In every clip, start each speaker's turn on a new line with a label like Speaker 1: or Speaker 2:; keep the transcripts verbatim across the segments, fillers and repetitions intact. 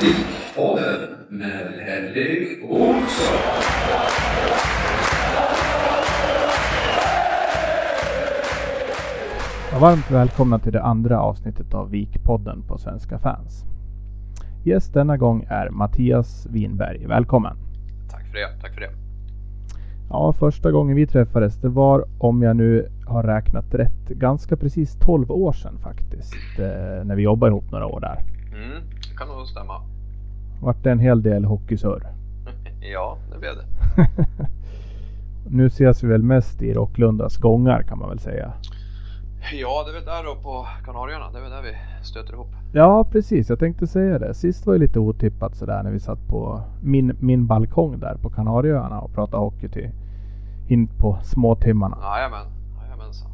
Speaker 1: Vikpodden med Henrik Olsson.
Speaker 2: Ja, varmt välkomna till det andra avsnittet av Vikpodden på Svenska fans. Gäst denna gång är Mattias Winberg. Välkommen.
Speaker 3: Tack för det, tack för det.
Speaker 2: Ja, första gången vi träffades, det var, om jag nu har räknat rätt, ganska precis tolv år sedan faktiskt. Eh, när vi jobbade ihop några år där.
Speaker 3: Mm, det kan nog stämma.
Speaker 2: Vart det en hel del hockeysörr.
Speaker 3: Ja, det blev det.
Speaker 2: Nu ses vi väl mest i Rocklundas gångar, kan man väl säga.
Speaker 3: Ja, det är väl där då på Kanarierna. Det är väl där vi stöter ihop.
Speaker 2: Ja, precis. Jag tänkte säga det. Sist var det lite otippat sådär när vi satt på min, min balkong där på Kanarieöarna och pratade hockey till in på småtimmarna.
Speaker 3: Jajamän, jajamensan.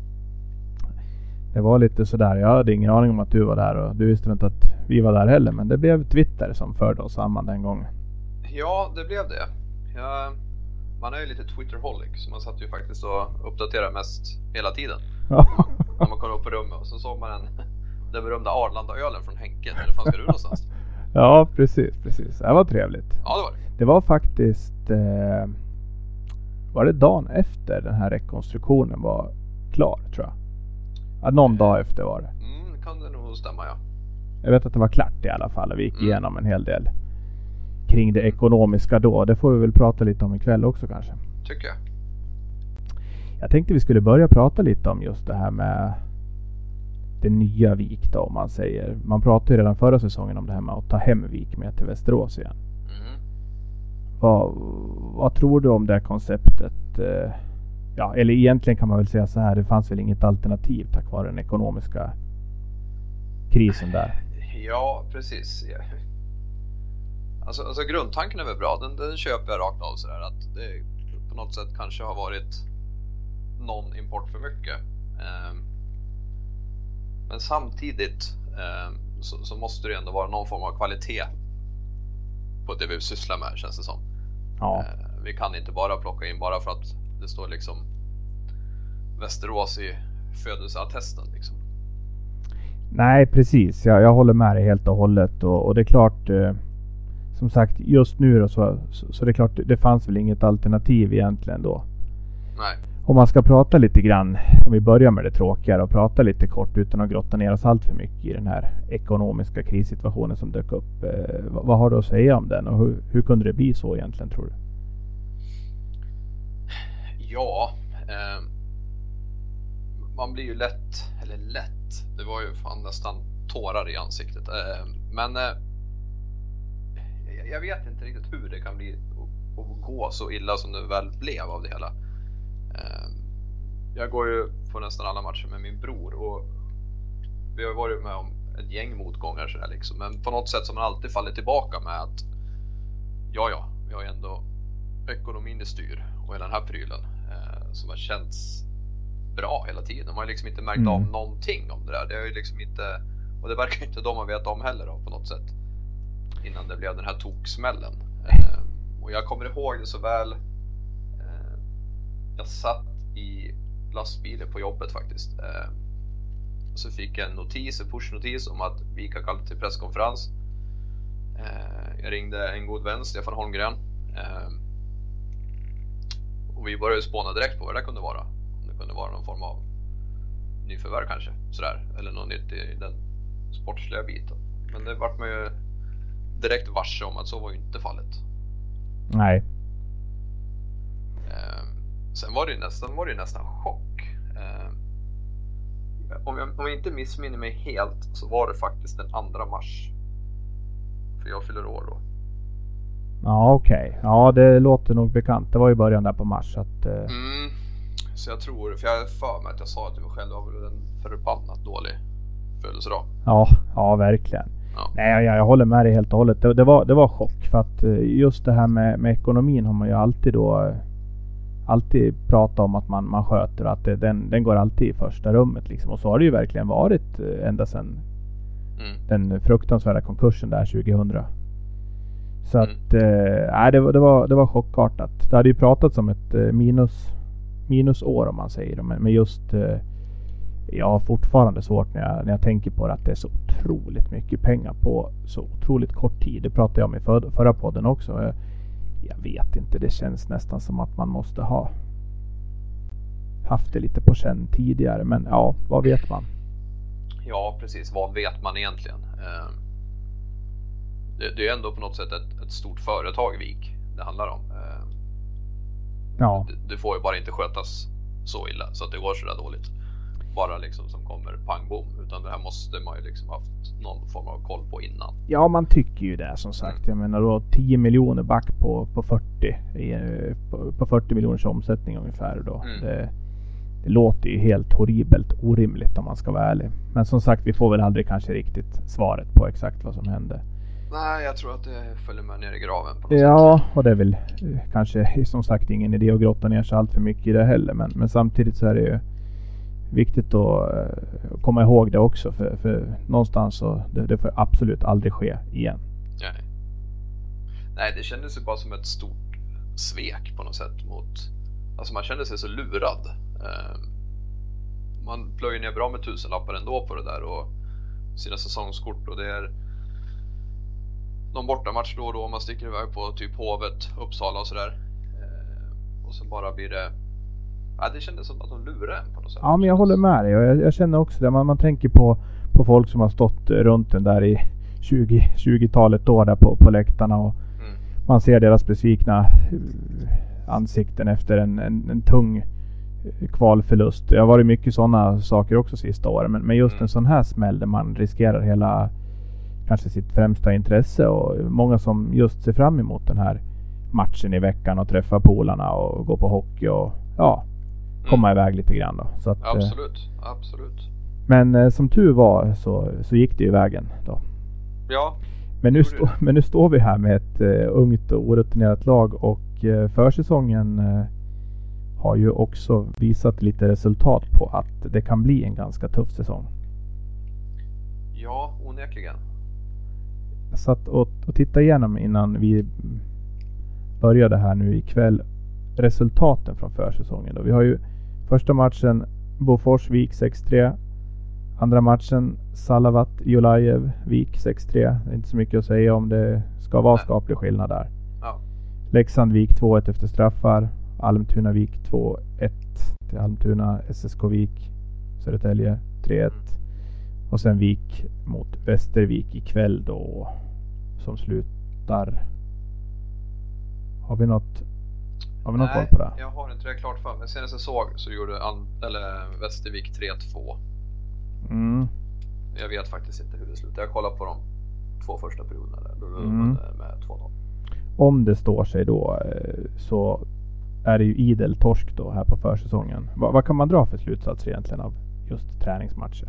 Speaker 2: Det var lite sådär. Jag hade ingen aning om att du var där och du visste inte att vi var där heller. Men det blev Twitter som förde oss samman den gången.
Speaker 3: Ja, det blev det. Jag, man är ju lite Twitterholic, så man satt ju faktiskt och uppdaterade mest hela tiden.
Speaker 2: Ja.
Speaker 3: När man kom upp på rummet och så såg man en, den berömda Arlanda-ölen från Henke. Eller fan ska du någonstans?
Speaker 2: Ja, precis, precis. Det var trevligt.
Speaker 3: Ja, det var det.
Speaker 2: Det var faktiskt... Eh, var det dagen efter den här rekonstruktionen var klar, tror jag. Ja, någon dag efter var det.
Speaker 3: Mm, kan det nog stämma, ja.
Speaker 2: Jag vet att det var klart i alla fall. Vi gick
Speaker 3: Mm.
Speaker 2: igenom en hel del kring det ekonomiska då. Det får vi väl prata lite om ikväll också kanske.
Speaker 3: Tycker jag.
Speaker 2: Jag tänkte vi skulle börja prata lite om just det här med det nya Vik då, om man säger. Man pratade ju redan förra säsongen om det här med att ta hem Vik med till Västerås igen.
Speaker 3: Mm.
Speaker 2: Vad, vad tror du om det här konceptet? Ja, eller egentligen kan man väl säga så här, det fanns väl inget alternativ tack vare den ekonomiska krisen där.
Speaker 3: Ja, precis. Ja. Alltså, alltså grundtanken är väl bra, den, den köper jag rakt av sådär, att det på något sätt kanske har varit någon import för mycket. Um, men samtidigt um, så, så måste det ändå vara någon form av kvalitet på det vi sysslar med, känns det som.
Speaker 2: Ja.
Speaker 3: Uh, vi kan inte bara plocka in bara för att det står liksom Västerås i födelseattesten liksom.
Speaker 2: Nej, precis. Jag, jag håller med dig helt och hållet. Och, och det är klart, eh, som sagt, just nu då, så, så, så det är klart, det fanns väl inget alternativ egentligen då.
Speaker 3: Nej.
Speaker 2: Om man ska prata lite grann, om vi börjar med det tråkiga och prata lite kort utan att grotta ner oss allt för mycket i den här ekonomiska krissituationen som dök upp. Eh, vad, vad har du att säga om den och hur, hur kunde det bli så egentligen, tror du?
Speaker 3: Ja, eh, man blir ju lätt, eller lätt, det var ju fan nästan tårar i ansiktet. Eh, men eh, jag vet inte riktigt hur det kan bli och gå så illa som det väl blev av det hela. Eh, jag går ju på nästan alla matcher med min bror och vi har varit med om ett gäng motgångar så där liksom. Men på något sätt som man alltid faller tillbaka med att ja, ja, vi har ju ändå ekonomin i styr och hela den här prylen eh, som har känts bra hela tiden. Man har liksom inte märkt mm. av någonting om det där. Det är ju liksom inte, och det verkar inte de ha vetat om heller då, på något sätt. Innan det blev den här toksmällen. Eh, och jag kommer ihåg det så väl. Eh, jag satt i lastbilen på jobbet faktiskt. Eh, och så fick jag en notis, en pushnotis om att vi kan kalla till presskonferens. Eh, jag ringde en god vän, Stefan Holmgren. Eh, och vi började spåna direkt på vad det kunde vara. Om det kunde vara någon form av nyförvärv kanske. Sådär. Eller något nytt i den sportsliga biten. Men det vart man ju direkt varse om att så var ju inte fallet.
Speaker 2: Nej.
Speaker 3: Eh, sen var det ju nästan, var det ju nästan chock. Eh, om, jag, om jag inte missminner mig helt så var det faktiskt den andra mars. För jag fyller år då.
Speaker 2: Ja, okej. Okay. Ja, det låter nog bekant. Det var ju början där på mars. Så att, eh...
Speaker 3: mm, så jag tror, för jag är för mig att jag sa att jag själv var en förbannat dålig födelsedag.
Speaker 2: Ja, ja verkligen.
Speaker 3: Ja.
Speaker 2: Nej, jag, jag håller med dig helt och hållet. Det, det, var, det var chock för att just det här med, med ekonomin har man ju alltid då alltid pratat om att man, man sköter, att det, den, den går alltid i första rummet liksom. Och så har det ju verkligen varit ända sedan mm. den fruktansvärda konkursen där tjugohundra. Så mm. att äh, det, det, var, det var chockartat. Det hade ju pratats om ett minus, minusår om man säger det, men, men just jag har fortfarande svårt när jag, när jag tänker på det, att det är så otroligt mycket pengar på så otroligt kort tid. Det pratade jag om i för, förra podden också. Jag, jag vet inte, det känns nästan som att man måste ha haft det lite på känn tidigare. Men ja, vad vet man?
Speaker 3: Ja, precis. Vad vet man egentligen? Det, det är ändå på något sätt ett, ett stort företag, Vik, det handlar om.
Speaker 2: Ja.
Speaker 3: Det, det får ju bara inte skötas så illa så att det går så där dåligt. Bara liksom som kommer pang bom. Utan det här måste man ju liksom haft någon form av koll på innan.
Speaker 2: Ja, man tycker ju det som sagt. Jag menar då tio miljoner back på, på fyrtio. På, på fyrtio miljoners omsättning ungefär då. Mm. Det, det låter ju helt horribelt orimligt om man ska vara ärlig. Men som sagt, vi får väl aldrig kanske riktigt svaret på exakt vad som hände.
Speaker 3: Nej, jag tror att det följer med ner i graven på något
Speaker 2: ja,
Speaker 3: sätt.
Speaker 2: Och det är väl kanske som sagt ingen idé att grotta ner sig allt för mycket i det heller. Men, men samtidigt så är det ju viktigt att uh, komma ihåg det också. För, för någonstans så det, det får absolut aldrig ske igen.
Speaker 3: Nej. Nej, det kändes ju bara som ett stort svek på något sätt mot... Alltså man kände sig så lurad. Uh, man plöjer ner bra med tusenlappar ändå på det där och sina säsongskort, och det är någon bortamatch då och då man sticker iväg på typ Hovet, Uppsala och sådär. Uh, och så bara blir det... Ja, det kändes som att de lurar en på något sätt.
Speaker 2: Ja, men jag håller med dig. Jag, jag känner också det. Man, man tänker på, på folk som har stått runt den där i tjugo-talet då där på, på läktarna. Och mm. man ser deras besvikna ansikten efter en, en, en tung kvalförlust. Det har varit mycket sådana saker också sista åren. Men, men just mm. en sån här smäll där man riskerar hela kanske sitt främsta intresse. Och många som just ser fram emot den här matchen i veckan och träffa polarna och gå på hockey och ja... komma mm. iväg lite grann då. Så att,
Speaker 3: absolut, eh, absolut.
Speaker 2: Men eh, som tur var så, så gick det ju vägen då.
Speaker 3: Ja.
Speaker 2: Men nu, stå, men nu står vi här med ett eh, ungt och orutinerat lag och eh, försäsongen eh, har ju också visat lite resultat på att det kan bli en ganska tuff säsong.
Speaker 3: Ja, onekligen.
Speaker 2: Så att och, och titta igenom innan vi började här nu ikväll resultaten från försäsongen då. Vi har ju första matchen Bofors-Vik sex tre. Andra matchen Salavat-Jolajev Vik sex tre. Det är inte så mycket att säga om, det ska vara skaplig skillnad där. Ja. Leksand-Vik två ett efter straffar. Almtuna-Vik två ett till Almtuna. S S K-Vik Södertälje tre ett. Mm. Och sen Vik mot Västervik ikväll då som slutar. Har vi något Har vi något koll på det?
Speaker 3: Jag har inte det klart för mig. Senast jag såg så gjorde An- eller Västervik tre två.
Speaker 2: Mm.
Speaker 3: Jag vet faktiskt inte hur det slutar. Jag kollar på de två första perioderna där. Då
Speaker 2: mm.
Speaker 3: med två noll.
Speaker 2: Om det står sig då så är det ju idel torsk då här på försäsongen. Va- vad kan man dra för slutsatser egentligen av just träningsmatcher?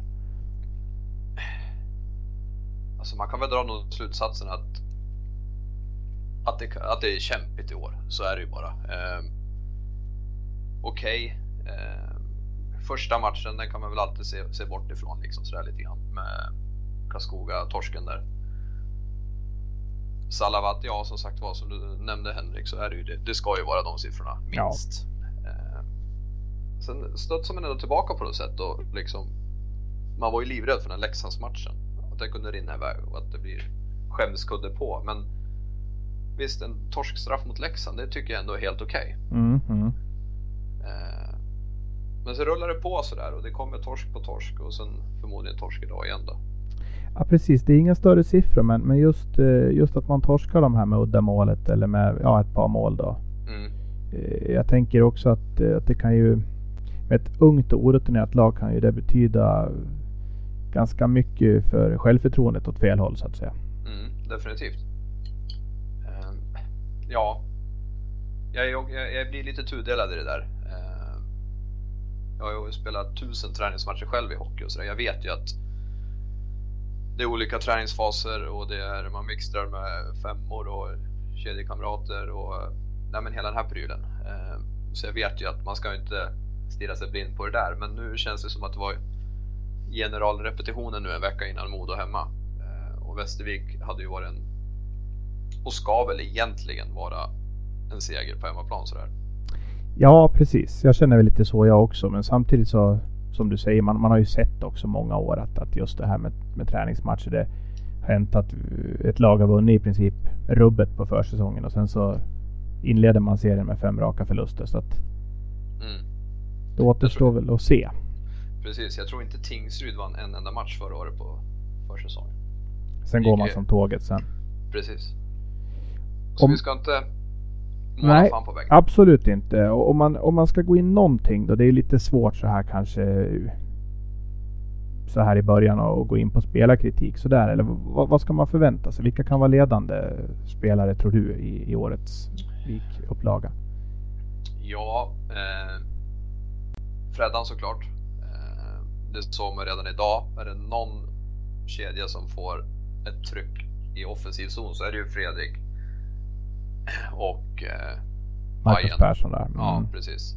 Speaker 3: Alltså man kan väl dra någon slutsatsen att Att det, att det är kämpigt i år. Så är det ju bara. eh, Okej okay. eh, Första matchen, den kan man väl alltid se, se bort ifrån liksom sådär lite grann. Med Karlskoga-torsken där. Salavat, ja som sagt var, som du nämnde Henrik, så är det ju det. Det ska ju vara de siffrorna, minst. Ja. eh, Sen stötsar man ändå tillbaka på något sätt och liksom, man var ju livrädd för den Leksandsmatchen, att det kunde rinna iväg och att det blir skämskudde på. Men visst, en torskstraff mot Leksand, det tycker jag ändå är helt okej. Okay.
Speaker 2: Mm, mm.
Speaker 3: eh, Men så rullar det på sådär och det kommer torsk på torsk och sen förmodligen torsk idag igen då.
Speaker 2: Ja precis, det är inga större siffror, men, men just, just att man torskar de här med uddamålet eller med ja, ett par mål då. Mm. Jag tänker också att, att det kan ju, med ett ungt och orutinerat lag kan ju det betyda ganska mycket för självförtroendet åt fel håll så att säga.
Speaker 3: Mm, definitivt. Ja, jag, jag, jag blir lite tudelad i det där. Jag har ju spelat tusen träningsmatcher själv i hockey och sådär. Jag vet ju att det är olika träningsfaser och det är, man mixtrar med femmor och kedjekamrater och nej, men hela den här prylen. Så jag vet ju att man ska inte stirra sig blind på det där. Men nu känns det som att det var generalrepetitionen nu en vecka innan Modo hemma. Och Västervik hade ju varit en, och ska väl egentligen vara en seger på hemmaplan sådär.
Speaker 2: Ja, precis. Jag känner väl lite så jag också. Men samtidigt så, som du säger, man, man har ju sett också många år att, att just det här med, med träningsmatcher, det har hänt att ett lag har vunnit i princip rubbet på försäsongen och sen så inleder man serien med fem raka förluster, så att
Speaker 3: mm.
Speaker 2: det återstår väl att se.
Speaker 3: Precis, jag tror inte Tingsryd vann en enda match förra året på försäsongen.
Speaker 2: Sen går man som tåget sen.
Speaker 3: Precis. Så
Speaker 2: om,
Speaker 3: vi ska inte måla
Speaker 2: nej,
Speaker 3: fan på väggen.
Speaker 2: Absolut inte. Och om man, om man ska gå in någonting då, det är lite svårt så här kanske så här i början och gå in på spelarkritik så där, eller vad, vad ska man förvänta sig? Vilka kan vara ledande spelare tror du i, i årets Vik-upplaga?
Speaker 3: Ja, eh, Freddan såklart. Eh, det såg man redan idag. Är det någon kedja som får ett tryck i offensiv zon så är det ju Fredrik och eh,
Speaker 2: Marcus Persson där. Mm.
Speaker 3: Ja, precis.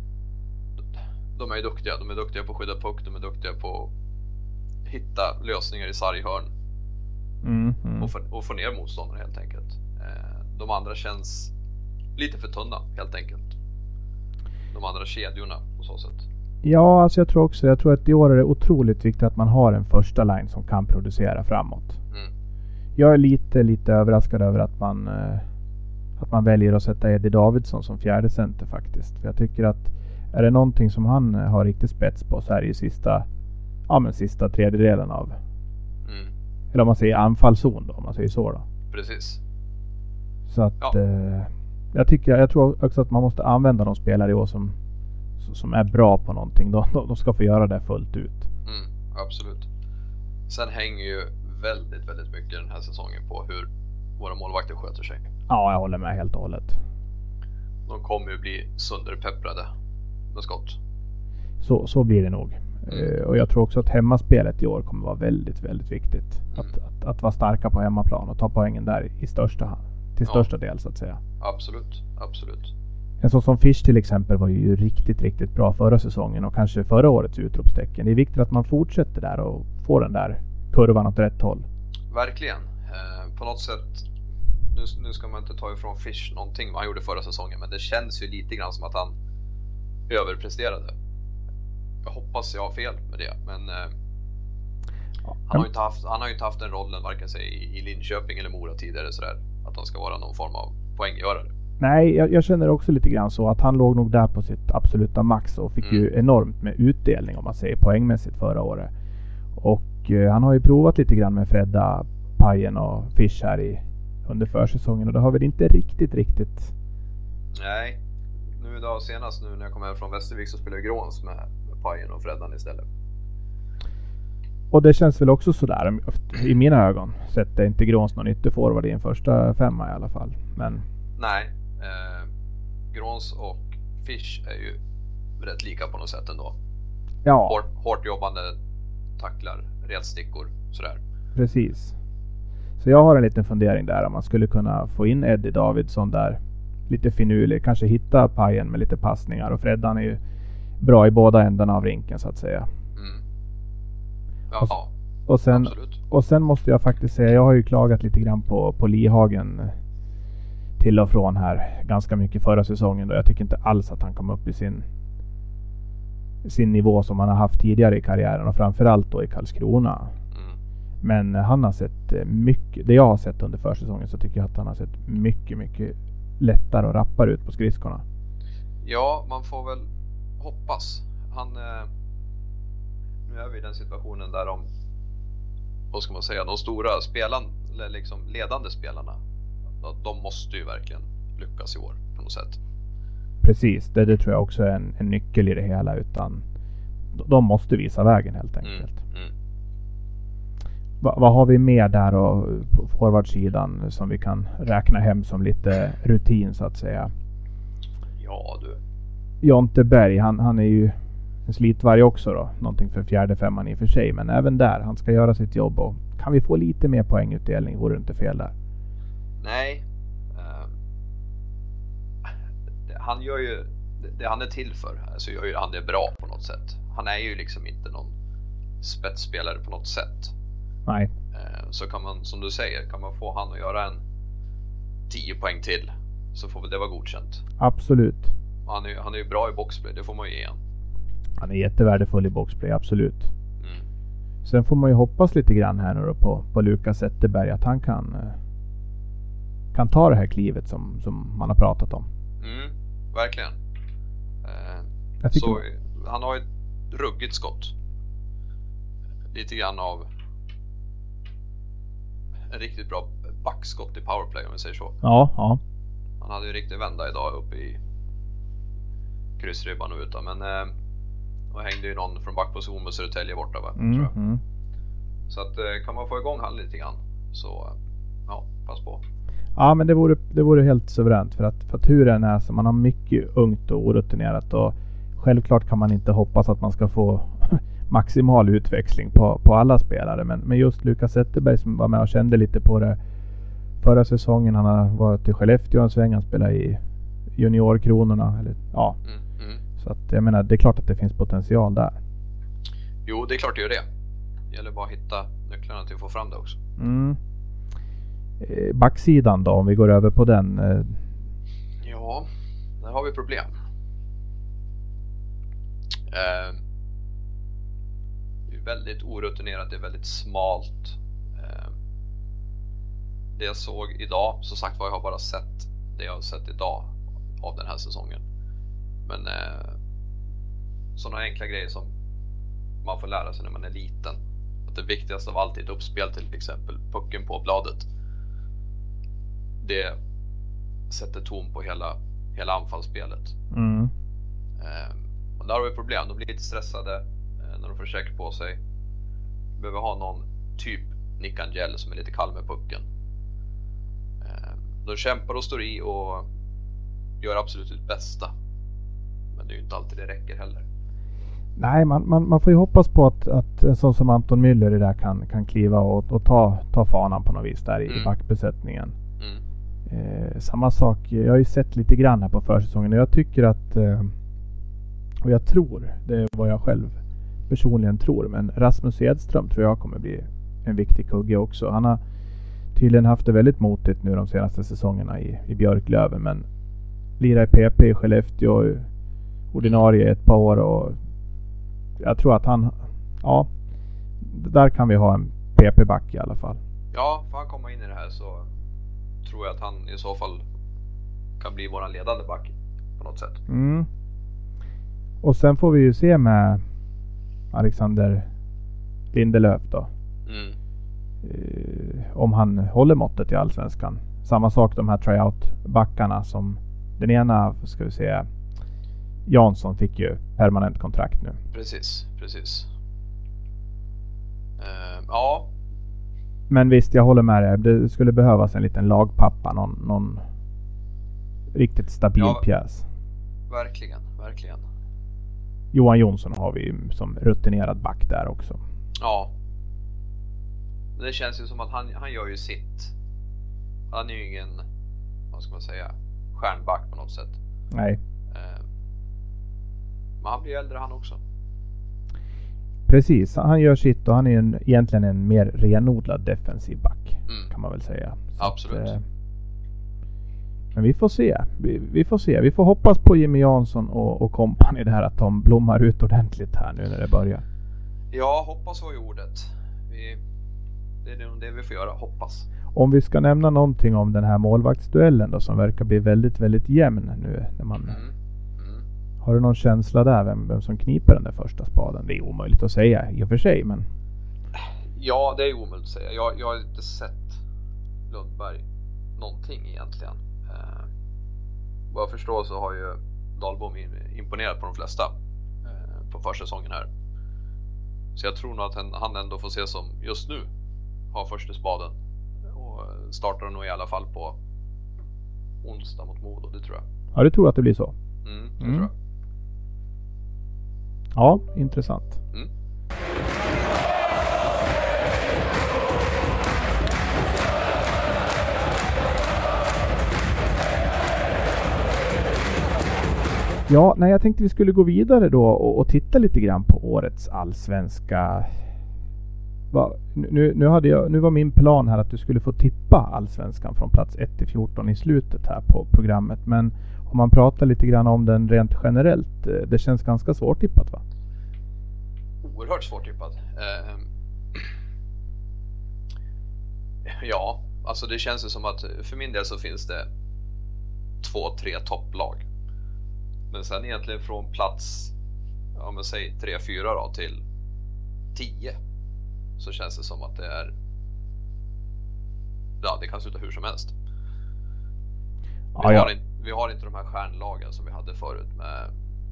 Speaker 3: De är ju duktiga. De är duktiga på att skydda puck. De är duktiga på att hitta lösningar i sarghörn.
Speaker 2: Mm, mm.
Speaker 3: Och, få, och få ner motståndare helt enkelt. Eh, de andra känns lite för tunna helt enkelt. De andra kedjorna på så sätt.
Speaker 2: Ja, alltså jag tror också, jag tror att i år är det otroligt viktigt att man har en första line som kan producera framåt.
Speaker 3: Mm.
Speaker 2: Jag är lite, lite överraskad över att man eh, att man väljer att sätta Eddie Davidsson som fjärde center faktiskt. För jag tycker att är det någonting som han har riktigt spets på så är det ju sista, ja men sista tredjedelen av
Speaker 3: mm.
Speaker 2: eller om man säger anfallszon då, om man säger så då.
Speaker 3: Precis.
Speaker 2: Så att
Speaker 3: ja.
Speaker 2: eh, jag tycker, jag tror också att man måste använda de spelare i år som som är bra på någonting. De, de ska få göra det fullt ut.
Speaker 3: Mm, absolut. Sen hänger ju väldigt, väldigt mycket den här säsongen på hur våra målvakter sköter sig.
Speaker 2: Ja, jag håller med helt och hållet.
Speaker 3: De kommer ju bli sönderpepprade med skott.
Speaker 2: Så, så blir det nog.
Speaker 3: Mm.
Speaker 2: Uh, och jag tror också att hemmaspelet i år kommer vara väldigt, väldigt viktigt. Mm. Att, att, att vara starka på hemmaplan och ta poängen där i största, till största ja. del så att säga.
Speaker 3: Absolut, absolut.
Speaker 2: En sån som Fish till exempel var ju riktigt, riktigt bra förra säsongen och kanske förra årets utropstecken. Det är viktigt att man fortsätter där och får den där kurvan åt rätt håll.
Speaker 3: Verkligen. Eh, på något sätt, nu, nu ska man inte ta ifrån Fish någonting vad han gjorde förra säsongen, men det känns ju lite grann som att han överpresterade. Jag hoppas jag har fel med det, men eh, ja. han, har ju inte haft, han har ju inte haft den rollen varken sig i, i Linköping eller Mora tidigare sådär, att han ska vara någon form av poänggörare.
Speaker 2: Nej, jag, jag känner också lite grann så att han låg nog där på sitt absoluta max och fick mm. ju enormt med utdelning om man säger poängmässigt förra året. Och eh, han har ju provat lite grann med Fredda, Pajen och Fish här i, under försäsongen och det har väl inte riktigt, riktigt...
Speaker 3: Nej, nu idag senast nu när jag kom hem från Västervik så spelar jag Gråns med, med Pajen och Freddan istället.
Speaker 2: Och det känns väl också sådär i mina ögon. Sett är inte Gråns någon ytterforward i en första femma i alla fall. Men...
Speaker 3: Nej, eh, Gråns och Fish är ju rätt lika på något sätt ändå.
Speaker 2: Ja.
Speaker 3: Hårt, hårt jobbande tacklar, rätstickor, sådär.
Speaker 2: Precis. Så jag har en liten fundering där om man skulle kunna få in Eddie Davidsson där. Lite finurlig, kanske hitta Pajen med lite passningar. Och Freddan är ju bra i båda ändarna av rinken så att säga.
Speaker 3: Mm. Ja,
Speaker 2: och, och, sen,
Speaker 3: absolut.
Speaker 2: Och sen måste jag faktiskt säga, jag har ju klagat lite grann på, på Lihagen till och från här ganska mycket förra säsongen. Då jag tycker inte alls att han kom upp i sin sin nivå som han har haft tidigare i karriären och framförallt då i Karlskrona.
Speaker 3: Mm.
Speaker 2: Men han har sett mycket, det jag har sett under försäsongen så tycker jag att han har sett mycket, mycket lättare och rappare ut på skridskorna.
Speaker 3: Ja, man får väl hoppas. Han, eh, nu är vi i den situationen där de, vad ska man säga, de stora spelarna, liksom ledande spelarna, de måste ju verkligen lyckas i år på något sätt. Precis,
Speaker 2: det, det tror jag också är en, en nyckel i det hela, utan de måste visa vägen helt enkelt.
Speaker 3: Mm, mm.
Speaker 2: Va, vad har vi mer där då, på forwardsidan som vi kan räkna hem som lite rutin så att säga?
Speaker 3: Ja du.
Speaker 2: Jonte Berg, han, han är ju en slitvarg också då, någonting för fjärde femman i och för sig, men även där, han ska göra sitt jobb och kan vi få lite mer poängutdelning vore det inte fel där.
Speaker 3: Nej. Uh, det, han gör ju det, det han är till för. Alltså gör ju han det bra på något sätt. Han är ju liksom inte någon spetsspelare på något sätt.
Speaker 2: Nej.
Speaker 3: Uh, så kan man, som du säger, kan man få han att göra en tio poäng till så får väl det vara godkänt.
Speaker 2: Absolut.
Speaker 3: Han är, han är ju bra i boxplay, det får man ju ge han.
Speaker 2: Han är jättevärdefull i boxplay, absolut.
Speaker 3: Mm.
Speaker 2: Sen får man ju hoppas lite grann här nu då på, på Lukas Zetterberg, att han kan, kan ta det här klivet som, som man har pratat om.
Speaker 3: Mm, verkligen. Eh,
Speaker 2: Jag tycker...
Speaker 3: så, han har ett ruggigt skott. Lite grann av en riktigt bra backskott i powerplay, om vi säger så.
Speaker 2: Ja, ja.
Speaker 3: Han hade ju riktigt vända idag uppe i kryssribban och utan, men eh, då hängde ju någon från backposition med Södertälje borta, va?
Speaker 2: Mm,
Speaker 3: tror jag.
Speaker 2: mm.
Speaker 3: Så att eh, kan man få igång han lite grann, så ja, pass på.
Speaker 2: Ja, men det vore, det vore helt suveränt, för att, för att hur den är, så man har mycket ungt och orutinerat, och självklart kan man inte hoppas att man ska få maximal utväxling på, på alla spelare, men, men just Lukas Zetterberg som var med och kände lite på det förra säsongen, han har varit i Skellefteå en sväng, han spelar i juniorkronorna, eller, ja.
Speaker 3: Mm, mm.
Speaker 2: Så att jag menar, det är klart att det finns potential där.
Speaker 3: Jo, det är klart det gör det. Det gäller bara att hitta nycklarna till att få fram det också.
Speaker 2: Mm. Eh, backsidan då, om vi går över på den. Eh.
Speaker 3: Ja, där har vi problem. Eh, det är väldigt orutinerat, det är väldigt smalt. Eh, det jag såg idag, så sagt var, jag har bara sett det jag har sett idag av den här säsongen. Men eh, sådana enkla grejer som man får lära sig när man är liten. Att det viktigaste av allt är ett uppspel, till exempel pucken på bladet. Det sätter ton på hela, hela anfallsspelet.
Speaker 2: Mm.
Speaker 3: Eh, och där har vi problem. De blir lite stressade eh, när de får check på sig. Behöver ha någon typ Nick Angel som är lite kall med pucken. Eh, de kämpar och står i och gör absolut sitt bästa. Men det är ju inte alltid det räcker heller.
Speaker 2: Nej, man, man, man får ju hoppas på att, att en sån som Anton Müller i där kan, kan kliva och, och ta, ta fanan på något vis där i,
Speaker 3: Mm.
Speaker 2: i backbesättningen.
Speaker 3: Mm.
Speaker 2: Eh, samma sak, jag har ju sett lite grann här på försäsongen, och jag tycker att, eh, och jag tror, det är vad jag själv personligen tror, men Rasmus Edström tror jag kommer bli en viktig kugge också. Han har tydligen haft det väldigt motigt nu de senaste säsongerna i, i Björklöven, men lirar i P P i Skellefteå, ordinarie ett par år, och jag tror att han, ja, där kan vi ha en P P-back i alla fall.
Speaker 3: Ja, får han komma in i det här så tror jag att han i så fall kan bli våran ledande back på något sätt.
Speaker 2: Mm. Och sen får vi ju se med Alexander Lindelöf då.
Speaker 3: Mm.
Speaker 2: Eh, om han håller måttet i Allsvenskan. Samma sak de här tryout-backarna, som den ena, ska vi säga, Jansson fick ju permanent kontrakt nu.
Speaker 3: Precis, precis. Uh, ja.
Speaker 2: Men visst, jag håller med dig. Det skulle behövas en liten lagpappa. Någon, någon riktigt stabil
Speaker 3: Ja,
Speaker 2: pjäs.
Speaker 3: Verkligen, verkligen.
Speaker 2: Johan Jonsson har vi som rutinerad back där också.
Speaker 3: Ja. Det känns ju som att han, han gör ju sitt. Han är ju ingen, vad ska man säga, stjärnback på något sätt.
Speaker 2: Nej.
Speaker 3: Uh, men han blir äldre han också.
Speaker 2: Precis, han gör sitt, och han är en, egentligen en mer renodlad defensiv back.
Speaker 3: Mm.
Speaker 2: Kan man väl säga. Så
Speaker 3: Absolut.
Speaker 2: Att, eh, men vi får se. Vi, vi får se. Vi får hoppas på Jimmy Jansson och, och kompani det här, att de blommar ut ordentligt här nu när det börjar.
Speaker 3: Ja, hoppas var ju ordet. Vi, det är nog det vi får göra, hoppas.
Speaker 2: Om vi ska nämna någonting om den här målvaktsduellen då, som verkar bli väldigt, väldigt jämn nu. När man,
Speaker 3: Mm. Mm.
Speaker 2: har du någon känsla där vem, vem som kniper den där första spaden? Det är omöjligt att säga i och för sig, men...
Speaker 3: Ja, det är omöjligt att säga. Jag, jag har inte sett Lundberg någonting egentligen. Eh, vad jag förstår så har ju Dahlbom imponerat på de flesta eh, på försäsongen här. Så jag tror nog att han, han ändå får se som just nu har första spaden. Och startar nog i alla fall på onsdag mot Modo, det tror jag.
Speaker 2: Ja, du tror att det blir så?
Speaker 3: Mm, det
Speaker 2: Mm.
Speaker 3: tror jag.
Speaker 2: Ja, intressant.
Speaker 3: Mm.
Speaker 2: Ja, nej, jag tänkte vi skulle gå vidare då och, och titta lite grann på årets allsvenska. Va, nu, nu, hade jag, nu var min plan här att du skulle få tippa allsvenskan från plats ett till fjorton i slutet här på programmet. Men om man pratar lite grann om den rent generellt, det känns ganska svårt tippat, va?
Speaker 3: oerhört svårtippad. Eh, ja, alltså det känns ju som att för min del så finns det två, tre topplag. Men sen egentligen från plats, ja men säg tre, fyra då till tio, så känns det som att det är, ja det kan sluta hur som helst.
Speaker 2: Ja,
Speaker 3: vi,
Speaker 2: ja.
Speaker 3: har inte, vi har inte de här stjärnlagen som vi hade förut med,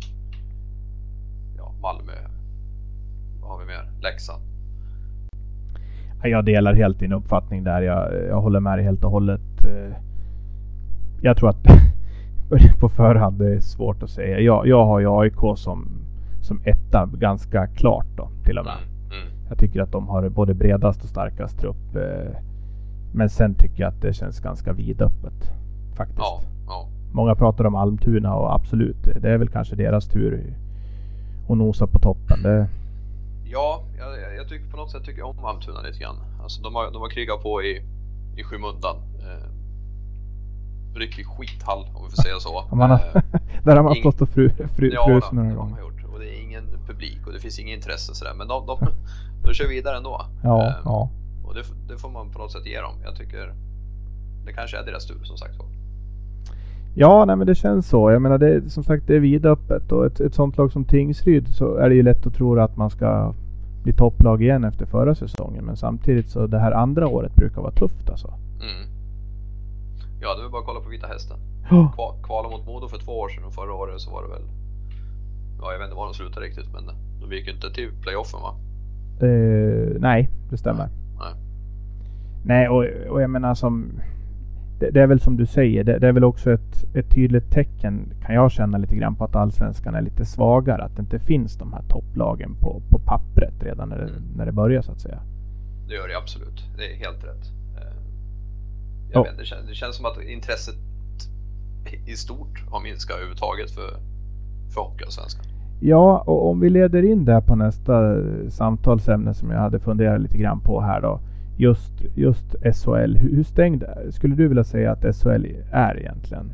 Speaker 3: ja, Malmö. Vad har vi mer? Leksand.
Speaker 2: Jag delar helt din uppfattning där. Jag, jag håller med dig helt och hållet. Jag tror att på förhand det är svårt att säga. Jag, jag har ju A I K som, som etta ganska klart då, till och med.
Speaker 3: Mm, mm.
Speaker 2: Jag tycker att de har både bredast och starkast trupp. Men sen tycker jag att det känns ganska vidöppet faktiskt.
Speaker 3: Ja, ja.
Speaker 2: Många pratar om Almtuna och absolut, det är väl kanske deras tur att nosa på toppen. Det...
Speaker 3: Ja, jag, jag tycker på något sätt tycker jag om Almtuna lite grann. Alltså de har, de har krigat på i, i skymundan. Eh, riktig skithall om vi får säga så.
Speaker 2: Man har,
Speaker 3: eh,
Speaker 2: där har man
Speaker 3: ing...
Speaker 2: stått och fru, fru,
Speaker 3: ja,
Speaker 2: frusen några
Speaker 3: det
Speaker 2: gånger.
Speaker 3: har man gjort. Och det är ingen publik och det finns ingen intresse sådär. Men de, de, de kör vidare ändå.
Speaker 2: Ja,
Speaker 3: eh,
Speaker 2: ja.
Speaker 3: Och det, det får man på något sätt ge dem. Jag tycker det kanske är deras tur som sagt så.
Speaker 2: Ja, nej men det känns så. Jag menar, det, som sagt, det är vidöppet. Och ett, ett sånt lag som Tingsryd så är det ju lätt att tro att man ska bli topplag igen efter förra säsongen. Men samtidigt så det här andra året brukar vara tufft alltså.
Speaker 3: Mm. Ja, det är bara att kolla på Vita Hästen.
Speaker 2: Ja.
Speaker 3: Kval, kvala mot Modo för två år sedan och förra året så var det väl, ja jag vet inte var de slutade riktigt, men de gick ju inte till playoffen va?
Speaker 2: Det, nej, det stämmer.
Speaker 3: Nej.
Speaker 2: Nej, och, och jag menar som... Det, det är väl som du säger, det, det är väl också ett, ett tydligt tecken kan jag känna lite grann på att allsvenskan är lite svagare. Att det inte finns de här topplagen på, på pappret redan när det, mm. när det börjar så att säga.
Speaker 3: Det gör det absolut, det är helt rätt. Jag
Speaker 2: oh.
Speaker 3: vet, det, känns, det känns som att intresset i stort har minskat överhuvudtaget för, för hockeyallsvenskan.
Speaker 2: Ja, och om vi leder in där på nästa samtalsämne som jag hade funderat lite grann på här då. Just, just S H L, hur stängd skulle du vilja säga att S H L är egentligen?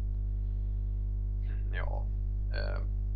Speaker 3: Ja, eh,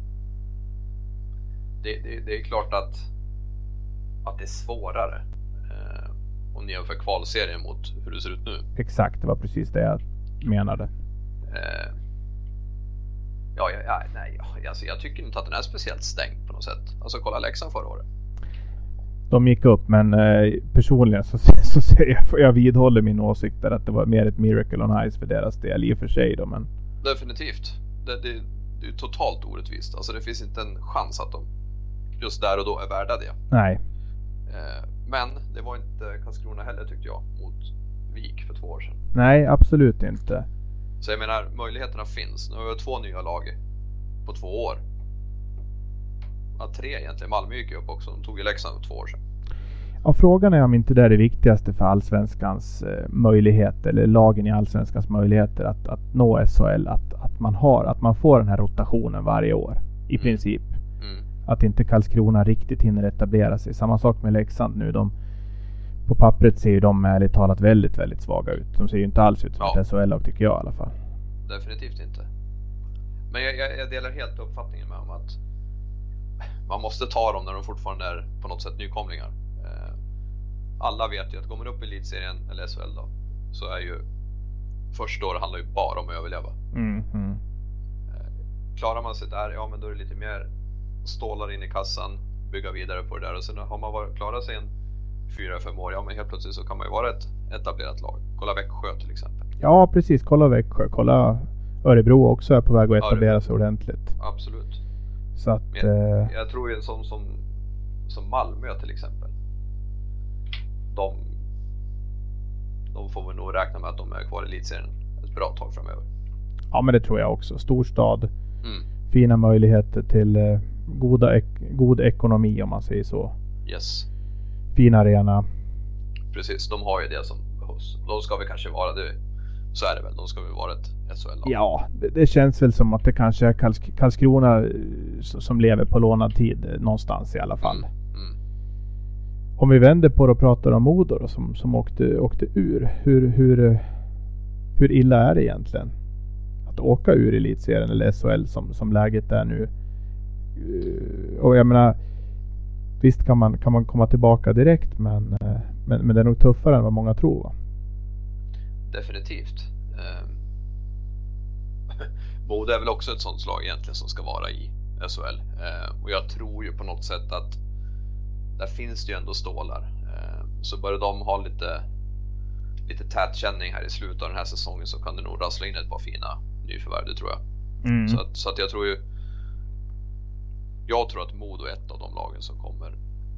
Speaker 3: det, det, det är klart att, att det är svårare eh, om ni jämför kvalserien mot hur det ser ut nu.
Speaker 2: Exakt, det var precis det jag menade.
Speaker 3: Eh, ja, ja, nej, alltså, jag tycker inte att den är speciellt stängd på något sätt. Alltså kolla Leksand förra året.
Speaker 2: De gick upp, men eh, personligen så, så säger jag, för jag vidhåller min åsikt där att det var mer ett miracle on ice för deras del i och för sig då, men...
Speaker 3: Definitivt. Det, det, det är totalt orättvist. Alltså det finns inte en chans att de just där och då är värda det.
Speaker 2: Nej.
Speaker 3: Eh, men det var inte Karlskrona heller tyckte jag mot Vik för två år sedan.
Speaker 2: Nej, absolut inte.
Speaker 3: Så jag menar, möjligheterna finns. Nu har vi två nya lag på två år. Ja, tre egentligen. Malmö gick upp också. De tog ju Leksand för två år sedan.
Speaker 2: Ja, frågan är om inte det är det viktigaste för allsvenskans eh, möjlighet eller lagen i allsvenskans möjligheter att, att nå S H L. Att, att, man har, att man får den här rotationen varje år i mm. princip. Mm. Att inte Karlskrona riktigt hinner etablera sig. Samma sak med Leksand nu. De, på pappret ser ju de ärligt talat väldigt, väldigt svaga ut. De ser ju inte alls ut som ja. ett S H L-lag tycker jag i alla fall.
Speaker 3: Definitivt inte. Men jag, jag, jag delar helt uppfattningen med om att man måste ta dem när de fortfarande är på något sätt nykomlingar. Eh, alla vet ju att går man upp i elitserien eller S H L då, så är ju första året handlar ju bara om att överleva. Mm, mm. Eh, klarar man sig där, ja men då är det lite mer stålar in i kassan, bygga vidare på det där. Och sen har man varit, klarat sig en fyra, fem år, ja men helt plötsligt så kan man ju vara ett etablerat lag. Kolla Växjö till exempel.
Speaker 2: Ja precis, kolla Växjö, kolla Örebro också är på väg att etablera sig ordentligt.
Speaker 3: Absolut.
Speaker 2: Så att,
Speaker 3: jag, eh... jag tror ju en sån som, som Malmö till exempel. De, de får väl nog räkna med att de är kvar i elitserien ett bra tag framöver.
Speaker 2: Ja men det tror jag också. Storstad.
Speaker 3: Mm. Fina
Speaker 2: möjligheter till eh, goda ek- god ekonomi om man säger så.
Speaker 3: Yes.
Speaker 2: Fin arena.
Speaker 3: Precis, de har ju det som behövs. De ska väl kanske vara det. Så är det väl, de ska väl vara ett S H L-lag.
Speaker 2: Ja, det, det känns väl som att det kanske är Karls- Karlskrona som lever på lånad tid någonstans i alla fall. Mm. Mm. Om vi vänder på det och pratar om Modo då, som, som åkte, åkte ur. Hur, hur, hur illa är det egentligen att åka ur elitserien eller S H L som, som läget är nu? Och jag menar, visst kan man, kan man komma tillbaka direkt, men, eh, men, men det är nog tuffare än vad många tror, va?
Speaker 3: Definitivt. Eh, Modo är väl också ett sånt slag egentligen som ska vara i S H L. Eh, och jag tror ju på något sätt att där finns det ju ändå stålar. Eh, så börjar de ha lite lite tätkänning här i slutet av den här säsongen, så kan det nog rassla in ett par fina nyförvärv, det tror jag. Mm. Så, att, så att jag tror ju jag tror att Modo är ett av de lagen som kommer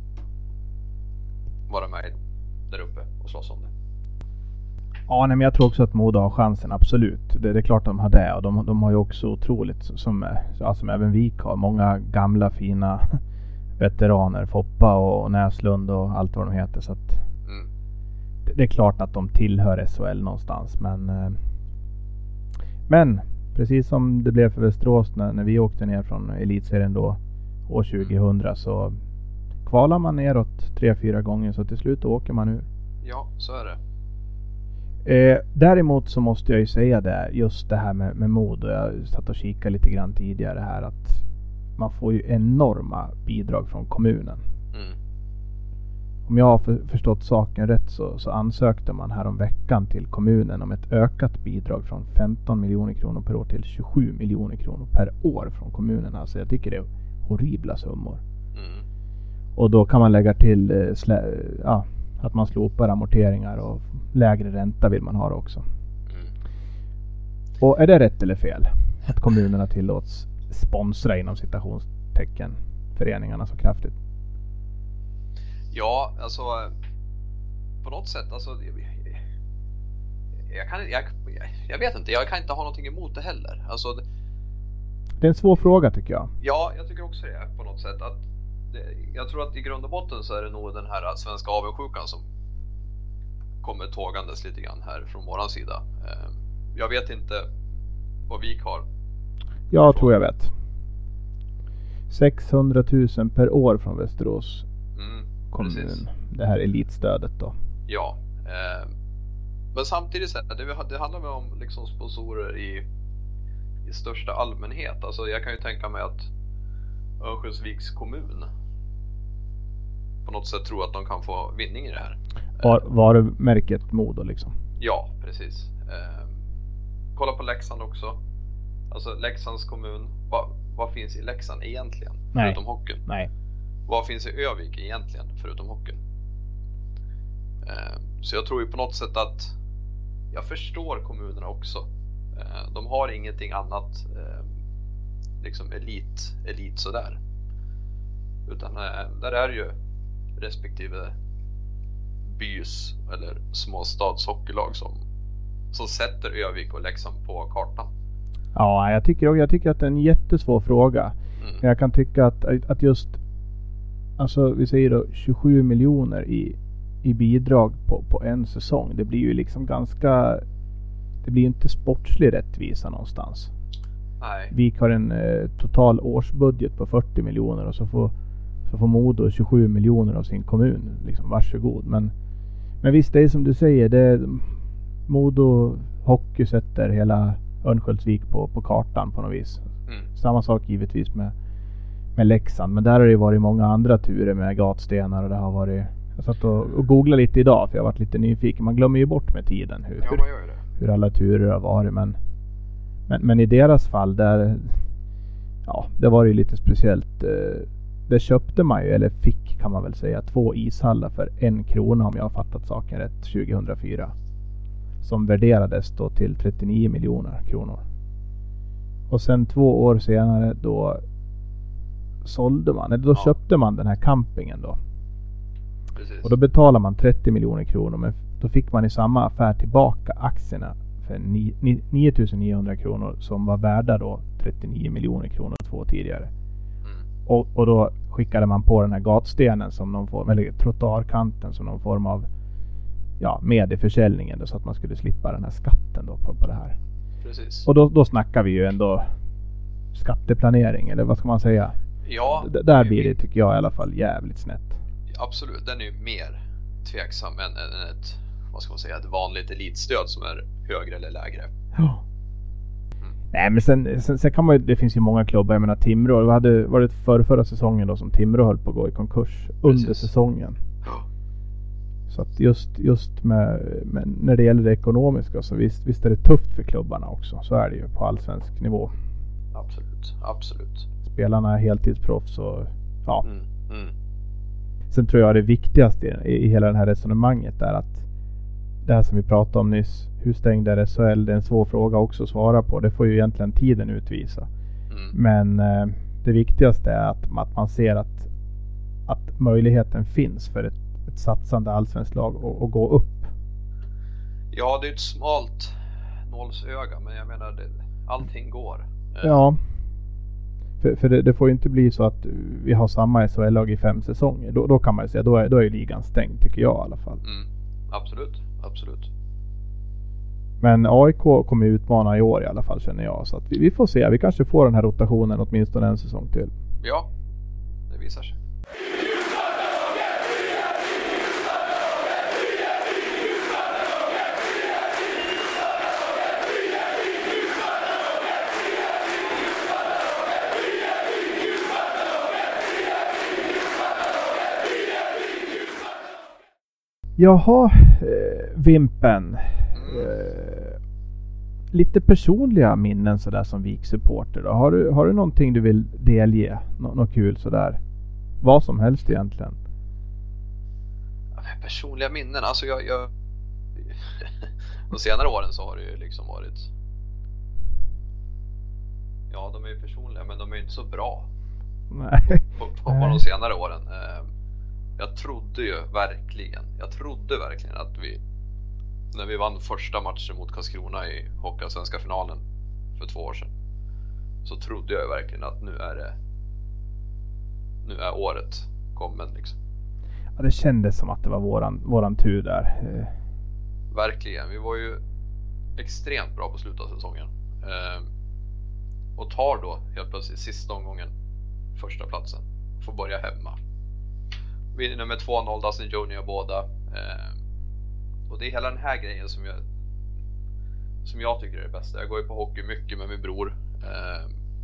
Speaker 3: vara med där uppe och slåss om det.
Speaker 2: Ja, nej, men jag tror också att Modo har chansen, absolut. Det, det är klart de har det, och de, de har ju också otroligt, som, ja, som även Vik har, många gamla fina veteraner, Foppa och Näslund och allt vad de heter, så att mm. det, det är klart att de tillhör S H L någonstans, men eh, men precis som det blev för Västerås när, när vi åkte ner från elitserien då år tjugohundra, så kvalar man neråt tre, fyra gånger, så till slut åker man ur.
Speaker 3: Ja, så är det.
Speaker 2: Eh, däremot så måste jag ju säga det, just det här med, med Modo. Jag satt och kikade lite grann tidigare här, att man får ju enorma bidrag från kommunen. Mm. Om jag har för, förstått saken rätt, så, så ansökte man här om veckan till kommunen om ett ökat bidrag från femton miljoner kronor per år till tjugosju miljoner kronor per år från kommunen. Alltså jag tycker det är horribla summor. Mm. Och då kan man lägga till eh, slä, ja, att man slopar amorteringar och lägre ränta vill man ha också. Mm. Och är det rätt eller fel att kommunerna tillåts sponsra inom citationstecken föreningarna så kraftigt?
Speaker 3: Ja, alltså på något sätt, alltså jag kan jag, jag vet inte, jag kan inte ha någonting emot det heller. Alltså
Speaker 2: det är en svår fråga, tycker jag.
Speaker 3: Ja, jag tycker också det på något sätt, att det, jag tror att i grund och botten så är det nog den här svenska avundsjukan som kommer tågandes lite grann här från våran sida. Jag vet inte vad vi har.
Speaker 2: Jag tror jag vet. sexhundratusen per år från Västerås mm, kommun. Precis. Det här elitstödet då.
Speaker 3: Ja. Eh, men samtidigt så det, det handlar väl om liksom sponsorer i, i största allmänhet. Alltså jag kan ju tänka mig att Örnsköldsviks kommun på något sätt tror att de kan få vinning i det här.
Speaker 2: Var, varumärket Modo liksom.
Speaker 3: Ja, precis. Eh, kolla på Leksand också. Alltså Leksands kommun, vad, vad finns i Leksand egentligen? Nej. Förutom hockeyn?
Speaker 2: Nej.
Speaker 3: Vad finns i Övik egentligen förutom hockeyn? Eh, så jag tror ju på något sätt att jag förstår kommunerna också. Eh, de har ingenting annat eh, liksom elit, elit sådär. Utan eh, där är ju respektive bys eller småstads hockeylag som, som sätter Övik och Leksand på kartan.
Speaker 2: Ja, jag tycker, jag tycker att det är en jättesvår fråga. Mm. Jag kan tycka att, att just, alltså vi säger då tjugosju miljoner i, i bidrag på, på en säsong. Det blir ju liksom ganska, det blir ju inte sportslig rättvisa någonstans.
Speaker 3: Nej.
Speaker 2: Vi har en eh, total årsbudget på fyrtio miljoner och så får, så får Modo tjugosju miljoner av sin kommun. Liksom, varsågod. Men, men visst, det är som du säger, det, Modo hockey sätter hela Örnsköldsvik på, på kartan på något vis. Mm. Samma sak givetvis med, med Leksand. Men där har det varit många andra turer med gatstenar och det har varit... Jag satt och, och googlade lite idag för jag har varit lite nyfiken. Man glömmer ju bort med tiden hur,
Speaker 3: ja, man gör det.
Speaker 2: hur alla turer har varit. Men, men, men i deras fall där... Ja, det var ju lite speciellt. Det köpte man ju, eller fick kan man väl säga, två ishallar för en krona om jag har fattat saken rätt tjugohundrafyra. Som värderades då till trettionio miljoner kronor. Och sen två år senare då sålde man, eller då ja. köpte man den här campingen då.
Speaker 3: Precis.
Speaker 2: Och då betalade man trettio miljoner kronor, men då fick man i samma affär tillbaka aktierna för nio tusen niohundra kronor som var värda då trettionio miljoner kronor två tidigare. Mm. Och, och då skickade man på den här gatstenen som någon form, eller trottoarkanten som någon form av ja, med i försäljningen då, så att man skulle slippa den här skatten då på, på det här.
Speaker 3: Precis.
Speaker 2: Och då, då snackar vi ju ändå skatteplanering, eller vad ska man säga?
Speaker 3: Ja.
Speaker 2: D- där blir det, tycker jag i alla fall, jävligt snett.
Speaker 3: Absolut, den är ju mer tveksam än, än ett, vad ska man säga, ett vanligt elitstöd som är högre eller lägre.
Speaker 2: Ja. Mm. Nej, men sen, sen, sen kan man ju, det finns ju många klubbar, jag menar Timrå, det hade varit för förra säsongen då som Timrå höll på att gå i konkurs under Precis. säsongen.
Speaker 3: Ja.
Speaker 2: Så att just, just med, med, när det gäller det ekonomiska så visst, visst är det tufft för klubbarna också, så är det ju på allsvensk nivå.
Speaker 3: Absolut, absolut.
Speaker 2: Spelarna är heltidsproffs och ja.
Speaker 3: Mm, mm.
Speaker 2: Sen tror jag det viktigaste i, i hela det här resonemanget är att det här som vi pratade om nyss, hur stängd är S H L? Det är en svår fråga också att svara på. Det får ju egentligen tiden utvisa.
Speaker 3: Mm.
Speaker 2: Men eh, det viktigaste är att, att man ser att, att möjligheten finns för ett, ett satsande allsvenskt lag att gå upp.
Speaker 3: Ja, det är ett smalt nålsöga, men jag menar, det, allting går.
Speaker 2: Ja, för, för det, det får ju inte bli så att vi har samma S H L-lag i fem säsonger. Då, då kan man ju säga, då är, då är ligan stängd, tycker jag i alla fall.
Speaker 3: Mm. Absolut, absolut.
Speaker 2: Men A I K kommer utmana i år i alla fall, känner jag. Så att vi, vi får se, vi kanske får den här rotationen åtminstone en säsong till.
Speaker 3: Ja, det visar sig.
Speaker 2: Jaha, eh, Vimpen. Eh, lite personliga minnen sådär som Vik-supporter då. Har du, har du någonting du vill delge? Nå- något kul sådär? Vad som helst egentligen.
Speaker 3: Personliga minnen, alltså jag, jag de senare åren så har det ju liksom varit, ja, de är ju personliga, men de är ju inte så bra.
Speaker 2: Nej.
Speaker 3: På, på, på de senare åren. Jag trodde ju verkligen, jag trodde verkligen att vi, när vi vann första matchen mot Karlskrona i Hockeyallsvenska finalen för två år sedan, så trodde jag ju verkligen att nu är det, nu är året kommen liksom.
Speaker 2: Ja, det kändes som att det var våran, våran tur där.
Speaker 3: Verkligen, vi var ju extremt bra på slutet av säsongen. Eh, och tar då helt plötsligt sista omgången första platsen. Får börja hemma. Vinner med två noll, Dustin Junior båda. Eh, och det är hela den här grejen som jag som jag tycker är det bästa. Jag går ju på hockey mycket med min bror. Eh,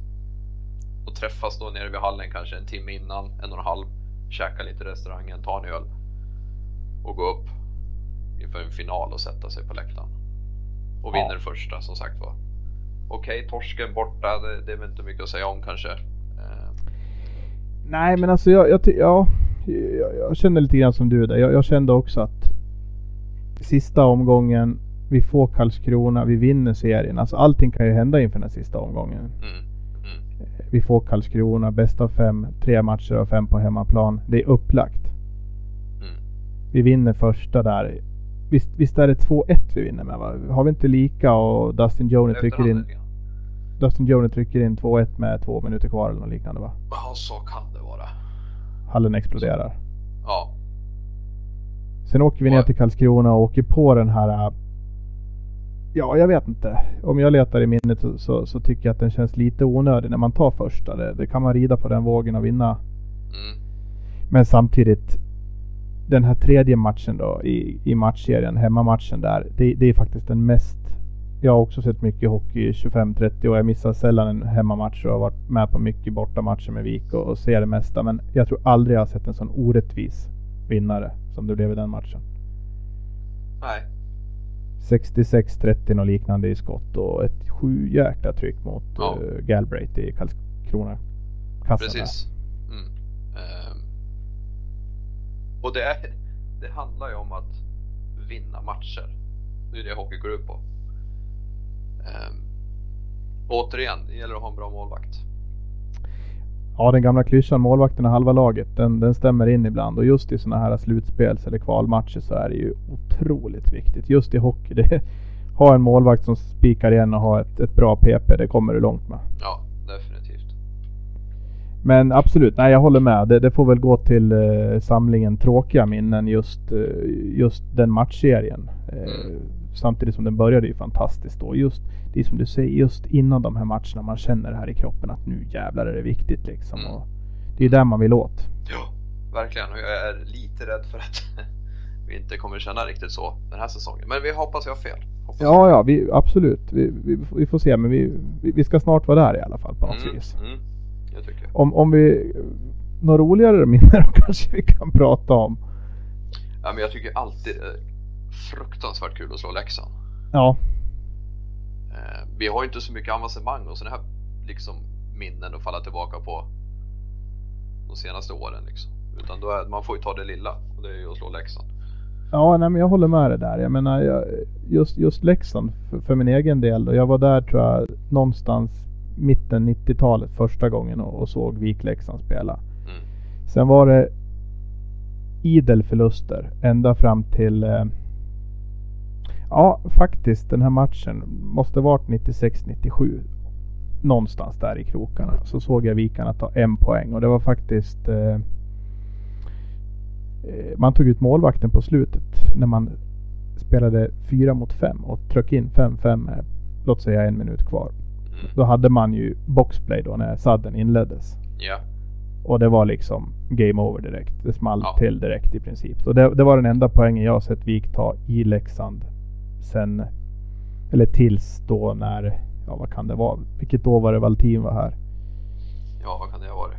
Speaker 3: och träffas då nere vid hallen kanske en timme innan, en och en halv. Käka lite i restaurangen, ta en öl. Och gå upp inför en final och sätta sig på läktaren. Och vinner ja. första, som sagt var. Okej, okay, torsken borta, det, det är väl inte mycket att säga om kanske. Eh.
Speaker 2: Nej, men alltså jag, jag, ja, jag, jag kände lite grann som du där. Jag, jag kände också att sista omgången, vi får Karlskrona, vi vinner serien. Alltså allting kan ju hända inför den sista omgången.
Speaker 3: Mm. Mm.
Speaker 2: Vi får Karlskrona, bäst av fem, tre matcher och fem på hemmaplan. Det är upplagt.
Speaker 3: Mm.
Speaker 2: Vi vinner första där. Visst, visst är det två ett vi vinner med, va? Har vi inte lika och Dustin Jones trycker in Dustin Jones trycker in två ett med två minuter kvar eller något liknande, va?
Speaker 3: Ja, så kan det vara.
Speaker 2: Hallen exploderar.
Speaker 3: Så. Ja.
Speaker 2: Sen åker vi ner till Karlskrona och åker på den här. Ja, jag vet inte. Om jag letar i minnet så, så, så tycker jag att den känns lite onödig när man tar första. Det, det kan man rida på den vågen och vinna.
Speaker 3: Mm.
Speaker 2: Men samtidigt, den här tredje matchen då i, i matchserien, hemmamatchen där, det, det är faktiskt den mest. Jag har också sett mycket hockey tjugofem trettio och jag missar sällan en hemmamatch och har varit med på mycket bortamatcher med Vik och, och ser det mesta. Men jag tror aldrig jag har sett en sån orättvis vinnare som det blev i den matchen.
Speaker 3: Nej.
Speaker 2: sextiosex trettio och liknande i skott och ett sju jäkla tryck mot ja. uh, Galbraith i Karlskrona.
Speaker 3: Precis. Mm. Um. Och det, är, det handlar ju om att vinna matcher. Det är det hockey går upp på. Um. Återigen, det gäller att ha en bra målvakt.
Speaker 2: Ja, den gamla klyschan målvakten är halva laget, den, den stämmer in ibland. Och just i såna här slutspels- eller kvalmatcher så är det ju otroligt viktigt. Just i hockey, det, ha en målvakt som spikar igen och ha ett, ett bra P P, det kommer du långt med.
Speaker 3: Ja, definitivt.
Speaker 2: Men absolut, nej jag håller med. Det, det får väl gå till eh, samlingen tråkiga minnen just, eh, just den matchserien. Eh, mm. Samtidigt som den började ju fantastiskt då. Just det är som du säger, just innan de här matcherna man känner det här i kroppen att nu jävlar är det viktigt liksom. Mm. Och det är där man vill åt.
Speaker 3: Ja, verkligen. Och jag är lite rädd för att vi inte kommer känna riktigt så den här säsongen. Men vi hoppas jag har fel.
Speaker 2: Ja, ja, vi, absolut. Vi, vi, vi får se, men vi, vi ska snart vara där i alla fall på något
Speaker 3: mm,
Speaker 2: vis.
Speaker 3: Mm, jag tycker.
Speaker 2: Om, om vi... Några roligare minnen kanske vi kan prata om.
Speaker 3: Ja, men jag tycker alltid det är fruktansvärt kul att slå Leksand.
Speaker 2: Ja.
Speaker 3: Eh, vi har ju inte så mycket avancemang och sådana här liksom minnen att falla tillbaka på de senaste åren liksom. Utan då är, man får ju ta det lilla, och det är ju att slå Leksand.
Speaker 2: Ja, nej, men jag håller med dig där. Jag menar, jag, just, just Leksand för, för min egen del. Och jag var där tror jag någonstans mitten nittiotalet första gången och, och såg Vik Leksand spela.
Speaker 3: Mm.
Speaker 2: Sen var det idel förluster ända fram till eh, ja, faktiskt den här matchen måste varit nittiosex nittiosju. Någonstans där i krokarna så såg jag Vikarna ta en poäng, och det var faktiskt eh, man tog ut målvakten på slutet när man spelade fyra mot fem och tryck in fem fem med, låt säga, en minut kvar.
Speaker 3: Mm.
Speaker 2: Då hade man ju boxplay då när sadden inleddes.
Speaker 3: Ja.
Speaker 2: Och det var liksom game over direkt. Det small
Speaker 3: Ja.
Speaker 2: till direkt i princip. Och det, det var den enda poängen jag har sett Vik ta i Leksand sen, eller tills då när, ja vad kan det vara? Vilket år var det Valtin var här?
Speaker 3: Ja, vad kan det ha varit?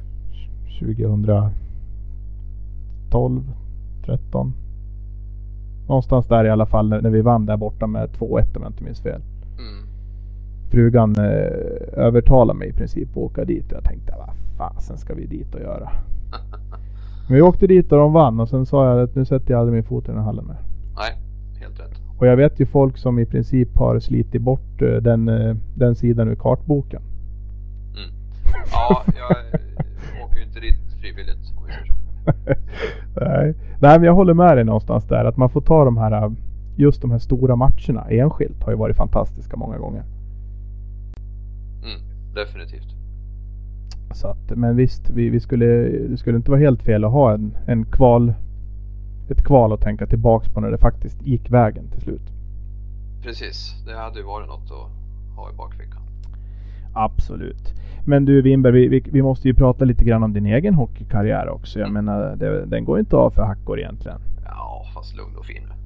Speaker 2: tjugotolv, tretton. Någonstans där i alla fall när, när vi vann där borta med två ett om jag inte minns fel.
Speaker 3: Mm.
Speaker 2: Frugan eh, övertalade mig i princip att åka dit. Jag tänkte, vad fasen ska vi dit och göra? Men vi åkte dit och de vann, och sen sa jag att nu sätter jag aldrig min fot i den här hallen med.
Speaker 3: Nej, helt rätt.
Speaker 2: Och jag vet ju folk som i princip har slitit bort eh, den, eh, den sidan ur kartboken.
Speaker 3: Mm. Ja, jag åker ju inte dit frivilligt, om vi säger så.
Speaker 2: Nej. Nej, men jag håller med dig någonstans där. Att man får ta de här, just de här stora matcherna enskilt har ju varit fantastiska många gånger.
Speaker 3: Mm, definitivt.
Speaker 2: Så att, men visst, vi, vi skulle, det skulle inte vara helt fel att ha en, en kval, ett kval att tänka tillbaks på när det faktiskt gick vägen till slut.
Speaker 3: Precis, det hade ju varit något att ha i bakfickan.
Speaker 2: Absolut. Men du Wimberg, vi, vi, vi måste ju prata lite grann om din egen hockeykarriär också. Jag menar, det, den går inte av för hackor egentligen.
Speaker 3: Ja, fast lugn och fin.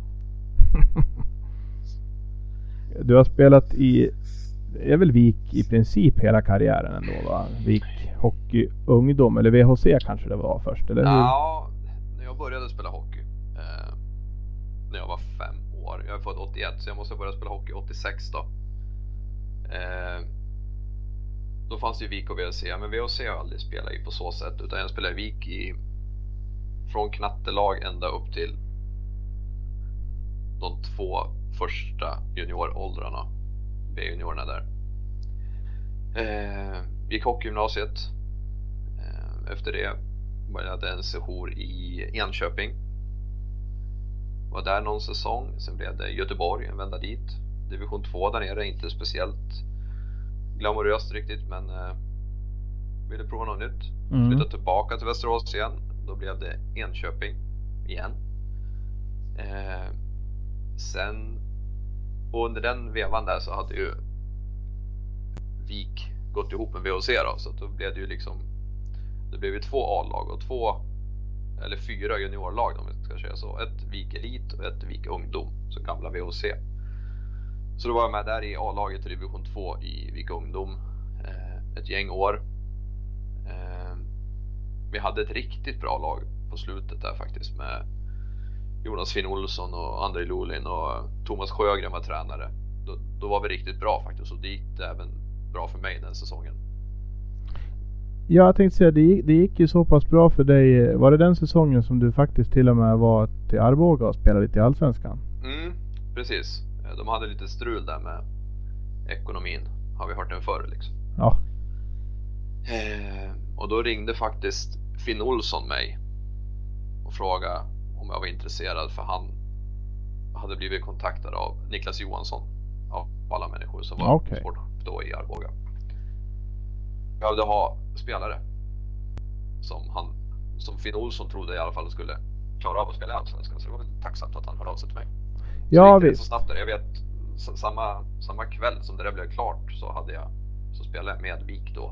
Speaker 2: Du har spelat i, det är väl Vik i princip hela karriären ändå, va? Vik Hockey Ungdom, eller V H C kanske det var först, eller hur?
Speaker 3: Ja, när jag började spela hockey eh, när jag var fem år. Jag är född åttioett, så jag måste börja spela hockey åttiosex då. Eh, då fanns det ju Vik och V H C, men V H C har jag aldrig spelat i på så sätt, utan jag spelade Vik i från knattelag ända upp till de två första junioråldrarna, B-juniorerna där. Eh, gick hockeygymnasiet. Eh, efter det började jag en sejour i Enköping. Var där någon säsong. Sen blev det Göteborg, en vända dit. Division två där nere, inte speciellt glamoröst riktigt, men eh, ville prova något nytt.
Speaker 2: Mm.
Speaker 3: Flyttade tillbaka till Västerås igen. Då blev det Enköping igen. Eh, sen och under den vevan där så hade ju Vik gått ihop med V H C då, så då blev det ju liksom, det blev ju två A-lag och två eller fyra juniorlag om vi ska säga så. Ett Vik Elit och ett Vik Ungdom, så gamla V H C. Så då var jag med där i A-laget i division två i Vik Ungdom eh, ett gäng år. Eh, vi hade ett riktigt bra lag på slutet där faktiskt, med Jonas Finn Olsson och Andrei Lulin och Thomas Sjögren var tränare. Då, då var vi riktigt bra faktiskt, och det gick även bra för mig den säsongen.
Speaker 2: Ja, jag tänkte säga, det gick, det gick ju så pass bra för dig. Var det den säsongen som du faktiskt till och med var till Arboga och spelade lite i Allsvenskan?
Speaker 3: Mm, precis. De hade lite strul där med ekonomin. Har vi hört den förr liksom.
Speaker 2: Ja.
Speaker 3: Eh, och då ringde faktiskt Finn Olsson mig och frågade om jag var intresserad, för han hade blivit kontaktad av Niklas Johansson, av alla människor som var
Speaker 2: okay.
Speaker 3: sport då i Arboga. Jag behövde ha spelare som han, som Finn Olsson trodde i alla fall skulle klara av att spela i Allsvenskan, så det var väl tacksamt att han hörde av sig till mig. Så
Speaker 2: ja,
Speaker 3: visst.
Speaker 2: visst.
Speaker 3: Så snabbt där. Jag vet, samma, samma kväll som det där blev klart så hade jag, så spelade jag med Vik då.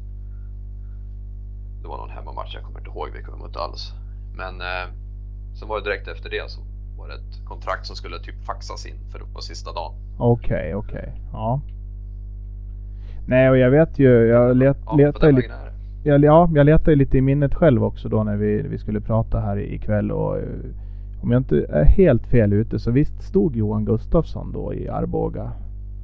Speaker 3: Det var någon hemmamatch, jag kommer inte ihåg vilka vi mötte alls. Men eh, sen var det direkt efter det så var det ett kontrakt som skulle typ faxas in för på sista dagen.
Speaker 2: Okej, okay, okej. Okay. Ja. Nej, och jag vet ju, jag let,
Speaker 3: ja,
Speaker 2: letar lite, jag, ja, jag letar lite i minnet själv också då när vi, vi skulle prata här ikväll, och om jag inte är helt fel ute så visst stod Johan Gustafsson då i Arboga,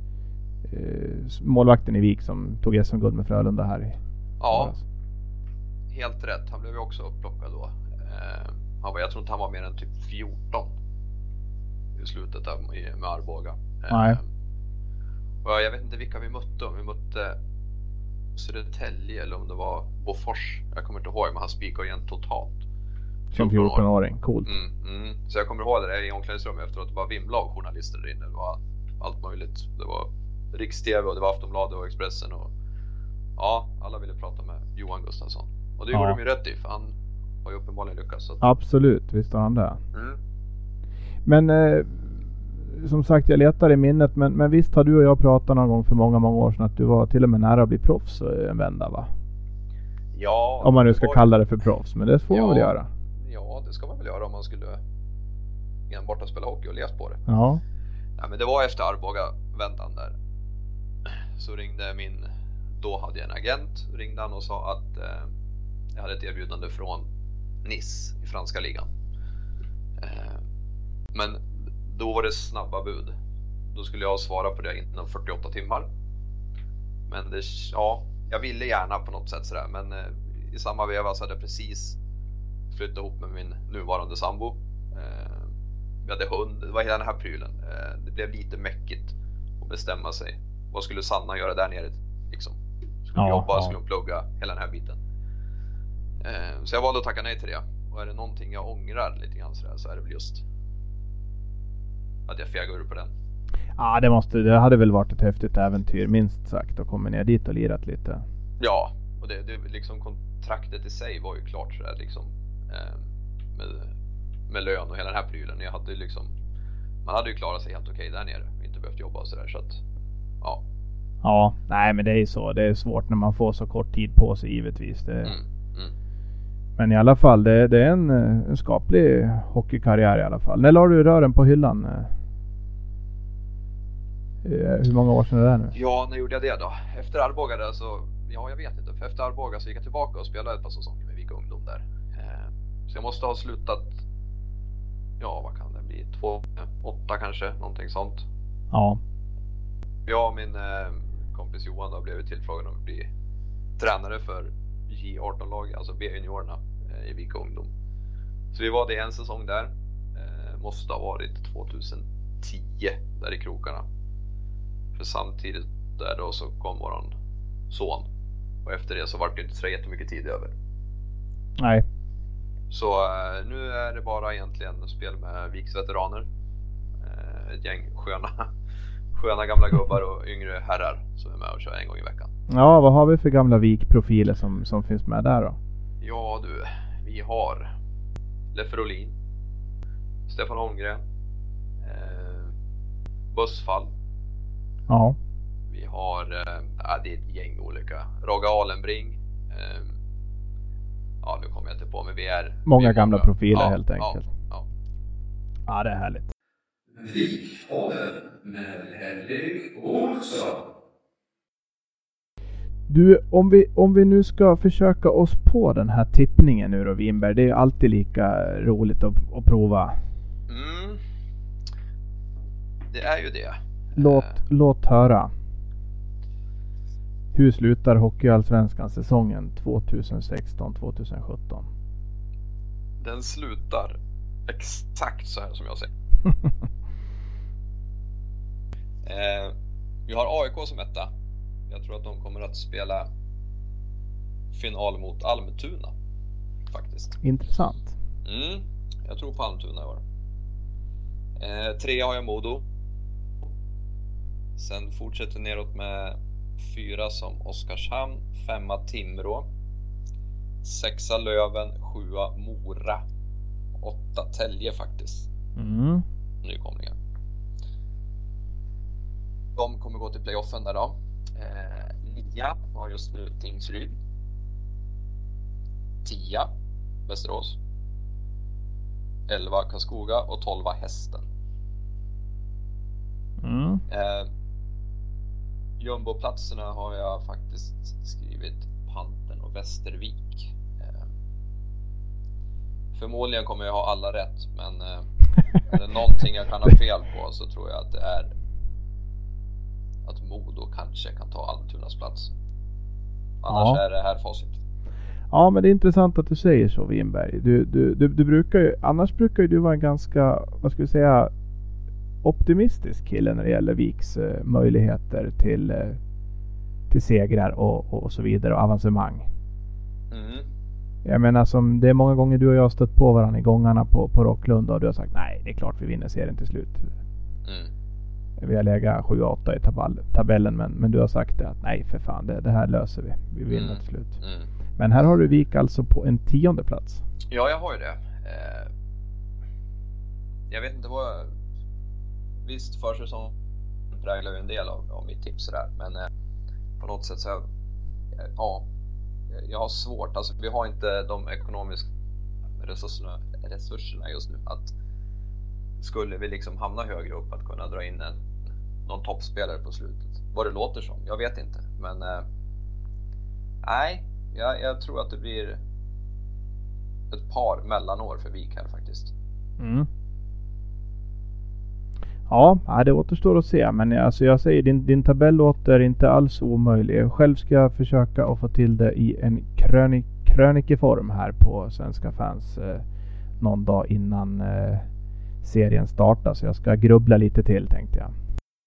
Speaker 2: eh, målvakten i Vik som tog S M-guld med Frölunda här i.
Speaker 3: Ja, helt rätt. Han blev ju också upplockad då. Eh, han var, jag tror inte han var mer än typ fjorton i slutet där med Arboga. Eh,
Speaker 2: Nej.
Speaker 3: Och jag vet inte vilka vi mötte. Vi mötte Södertälje eller om det var Bofors. Jag kommer inte ihåg, men han spikade igen totalt.
Speaker 2: Som fjorton-åring, coolt.
Speaker 3: Mm, mm. Så jag kommer ihåg det där i omklädningsrummet efteråt. Det var vimla av journalister där inne. Det var allt möjligt. Det var Riks-T V och det var Aftonbladet och Expressen. Och ja, alla ville prata med Johan Gustafsson. Och det
Speaker 2: ja.
Speaker 3: gjorde de ju rätt i, för han har ju uppenbarligen lyckats. Så att...
Speaker 2: Absolut, visst har han det.
Speaker 3: Mm.
Speaker 2: Men eh, som sagt, jag letar i minnet. Men, men visst har du och jag pratat någon gång för många, många år sedan att du var till och med nära att bli proffs en vända, va?
Speaker 3: Ja.
Speaker 2: Om man nu ska var... kalla det för proffs, men det får
Speaker 3: ja.
Speaker 2: man väl göra.
Speaker 3: Ja, det ska man väl göra om man skulle enbart att spela hockey och levt på det.
Speaker 2: Ja.
Speaker 3: Ja, men det var efter Arboga-vändan där. Så ringde min, då hade jag en agent, ringde han och sa att eh, jag hade ett erbjudande från Nice i franska ligan. Eh, men då var det snabba bud. Då skulle jag svara på det inom fyrtioåtta timmar. Men det, ja, jag ville gärna på något sätt sådär. Men eh, i samma veva så hade jag precis flyttat ihop med min nuvarande sambo. Eh, vi hade hund, det var hela den här prylen. Eh, det blev lite mäckigt att bestämma sig. Vad skulle Sanna göra där nere? Liksom. Skulle
Speaker 2: ja,
Speaker 3: jobba,
Speaker 2: ja.
Speaker 3: skulle plugga, hela den här biten. Eh, så jag valde att tacka nej till det. Och är det någonting jag ångrar lite grann sådär, så är det väl just att jag fjägade ur på den.
Speaker 2: Ja, det måste, det hade väl varit ett häftigt äventyr, minst sagt, att komma ner dit och lirat lite.
Speaker 3: Ja, och det, det liksom kontraktet i sig var ju klart sådär liksom eh, med, med lön och hela den här prylen. Jag hade liksom, man hade ju klarat sig helt okej där nere, inte behövt jobba och sådär, så att ja.
Speaker 2: Ja, nej men det är ju så, det är svårt när man får så kort tid på sig givetvis. Det,
Speaker 3: mm, mm.
Speaker 2: Men i alla fall, det, det är en, en skaplig hockeykarriär i alla fall. När la du rören på hyllan? Hur många år sedan är det där nu?
Speaker 3: Ja, när gjorde jag det då? Efter Arboga där så, ja jag vet inte. För efter Arboga så gick jag tillbaka och spelade ett par säsonger med Vika Ungdom där. Eh, så jag måste ha slutat, ja vad kan det bli, två, åtta kanske, någonting sånt.
Speaker 2: Ja.
Speaker 3: Jag och min eh, kompis Johan då blev vi tillfrågad om att bli tränare för J arton-lag, alltså B-juniorerna eh, i Vika Ungdom. Så vi var det en säsong där. Eh, måste ha varit tjugohundratio där i krokarna. För samtidigt där då så kom våran son. Och efter det så var det inte så jättemycket tid över.
Speaker 2: Nej.
Speaker 3: Så eh, nu är det bara egentligen spel med Viks veteraner. Eh, ett gäng sköna, sköna gamla gubbar och yngre herrar som är med och kör en gång i veckan.
Speaker 2: Ja, vad har vi för gamla Vik-profiler som, som finns med där då?
Speaker 3: Ja du, vi har Leffe Olin, Stefan Holmgren, eh, Bussfall.
Speaker 2: Ja.
Speaker 3: Vi har, eh, ja, det är ett gäng olika. Rogga Alenbring. Eh, ja, nu kommer jag inte på, men vi är...
Speaker 2: Många
Speaker 3: vi är
Speaker 2: gamla
Speaker 3: många.
Speaker 2: profiler
Speaker 3: Ja,
Speaker 2: helt enkelt.
Speaker 3: Ja, ja.
Speaker 2: Ja, det är härligt.
Speaker 1: Vikpodden med Henrik Olsson.
Speaker 2: Du, om vi, om vi nu ska försöka oss på den här tippningen nu då, Winberg. Det är alltid lika roligt att, att prova.
Speaker 3: Mm. Det är ju det.
Speaker 2: Låt,
Speaker 3: eh.
Speaker 2: låt höra. Hur slutar Hockeyallsvenskan säsongen tjugohundrasexton tjugosjutton?
Speaker 3: Den slutar exakt så här som jag säger. eh, vi har A I K som etta. Jag tror att de kommer att spela final mot Almtuna faktiskt.
Speaker 2: Intressant.
Speaker 3: Mm, jag tror på Almtuna i år. Eh, tre har jag Modo. Sen fortsätter neråt med fyra som Oskarshamn, femma Timrå, sexa Löven, sjua Mora, åtta Tälje faktiskt.
Speaker 2: Mm.
Speaker 3: Nykomlingar. De kommer gå till playoffen där då. Eh, nia har just nu Tingsryd. Tia Västerås. elva Karlskoga och tolv Hästen.
Speaker 2: Mm.
Speaker 3: Eh, Jumboplatserna har jag faktiskt skrivit Pantern och Västervik. Eh, förmodligen kommer jag ha alla rätt, men eh, är det någonting jag kan ha fel på så tror jag att det är att Modo kanske kan ta Almtunas plats. Annars
Speaker 2: Ja.
Speaker 3: är det här facit.
Speaker 2: Ja, men det är intressant att du säger så, Winberg. Du, du, du, du brukar ju, annars brukar ju du vara en ganska, vad ska vi säga, optimistisk kille när det gäller Viks eh, möjligheter till, eh, till segrar och, och så vidare och avancemang.
Speaker 3: Mm.
Speaker 2: Jag menar, som det är många gånger du och jag har stött på varandra i gångarna på, på Rocklunda och du har sagt nej, det är klart vi vinner serien till slut.
Speaker 3: Mm.
Speaker 2: Vi har legat sju åtta i tabell, tabellen men, men du har sagt det att nej för fan, det, det här löser vi. Vi vinner
Speaker 3: Mm.
Speaker 2: till slut.
Speaker 3: Mm.
Speaker 2: Men här har du Vik alltså på en tionde plats.
Speaker 3: Ja, jag har ju det. Eh, jag vet inte vad... Visst, försäsong präglar ju en del av, av mitt tips där, men eh, på något sätt så... Eh, ja, jag har svårt. Alltså, vi har inte de ekonomiska resurserna, resurserna just nu att skulle vi liksom hamna högre upp att kunna dra in en, någon toppspelare på slutet. Vad det låter som, jag vet inte. Men eh, nej, jag, jag tror att det blir ett par mellanår för Vik här faktiskt.
Speaker 2: Mm. Ja, det återstår att se. Men alltså jag säger, din, din tabell låter inte alls omöjlig. Själv ska jag försöka att få till det i en krönik, krönikeform här på Svenska Fans eh, någon dag innan eh, serien startar. Så jag ska grubbla lite till, tänkte jag.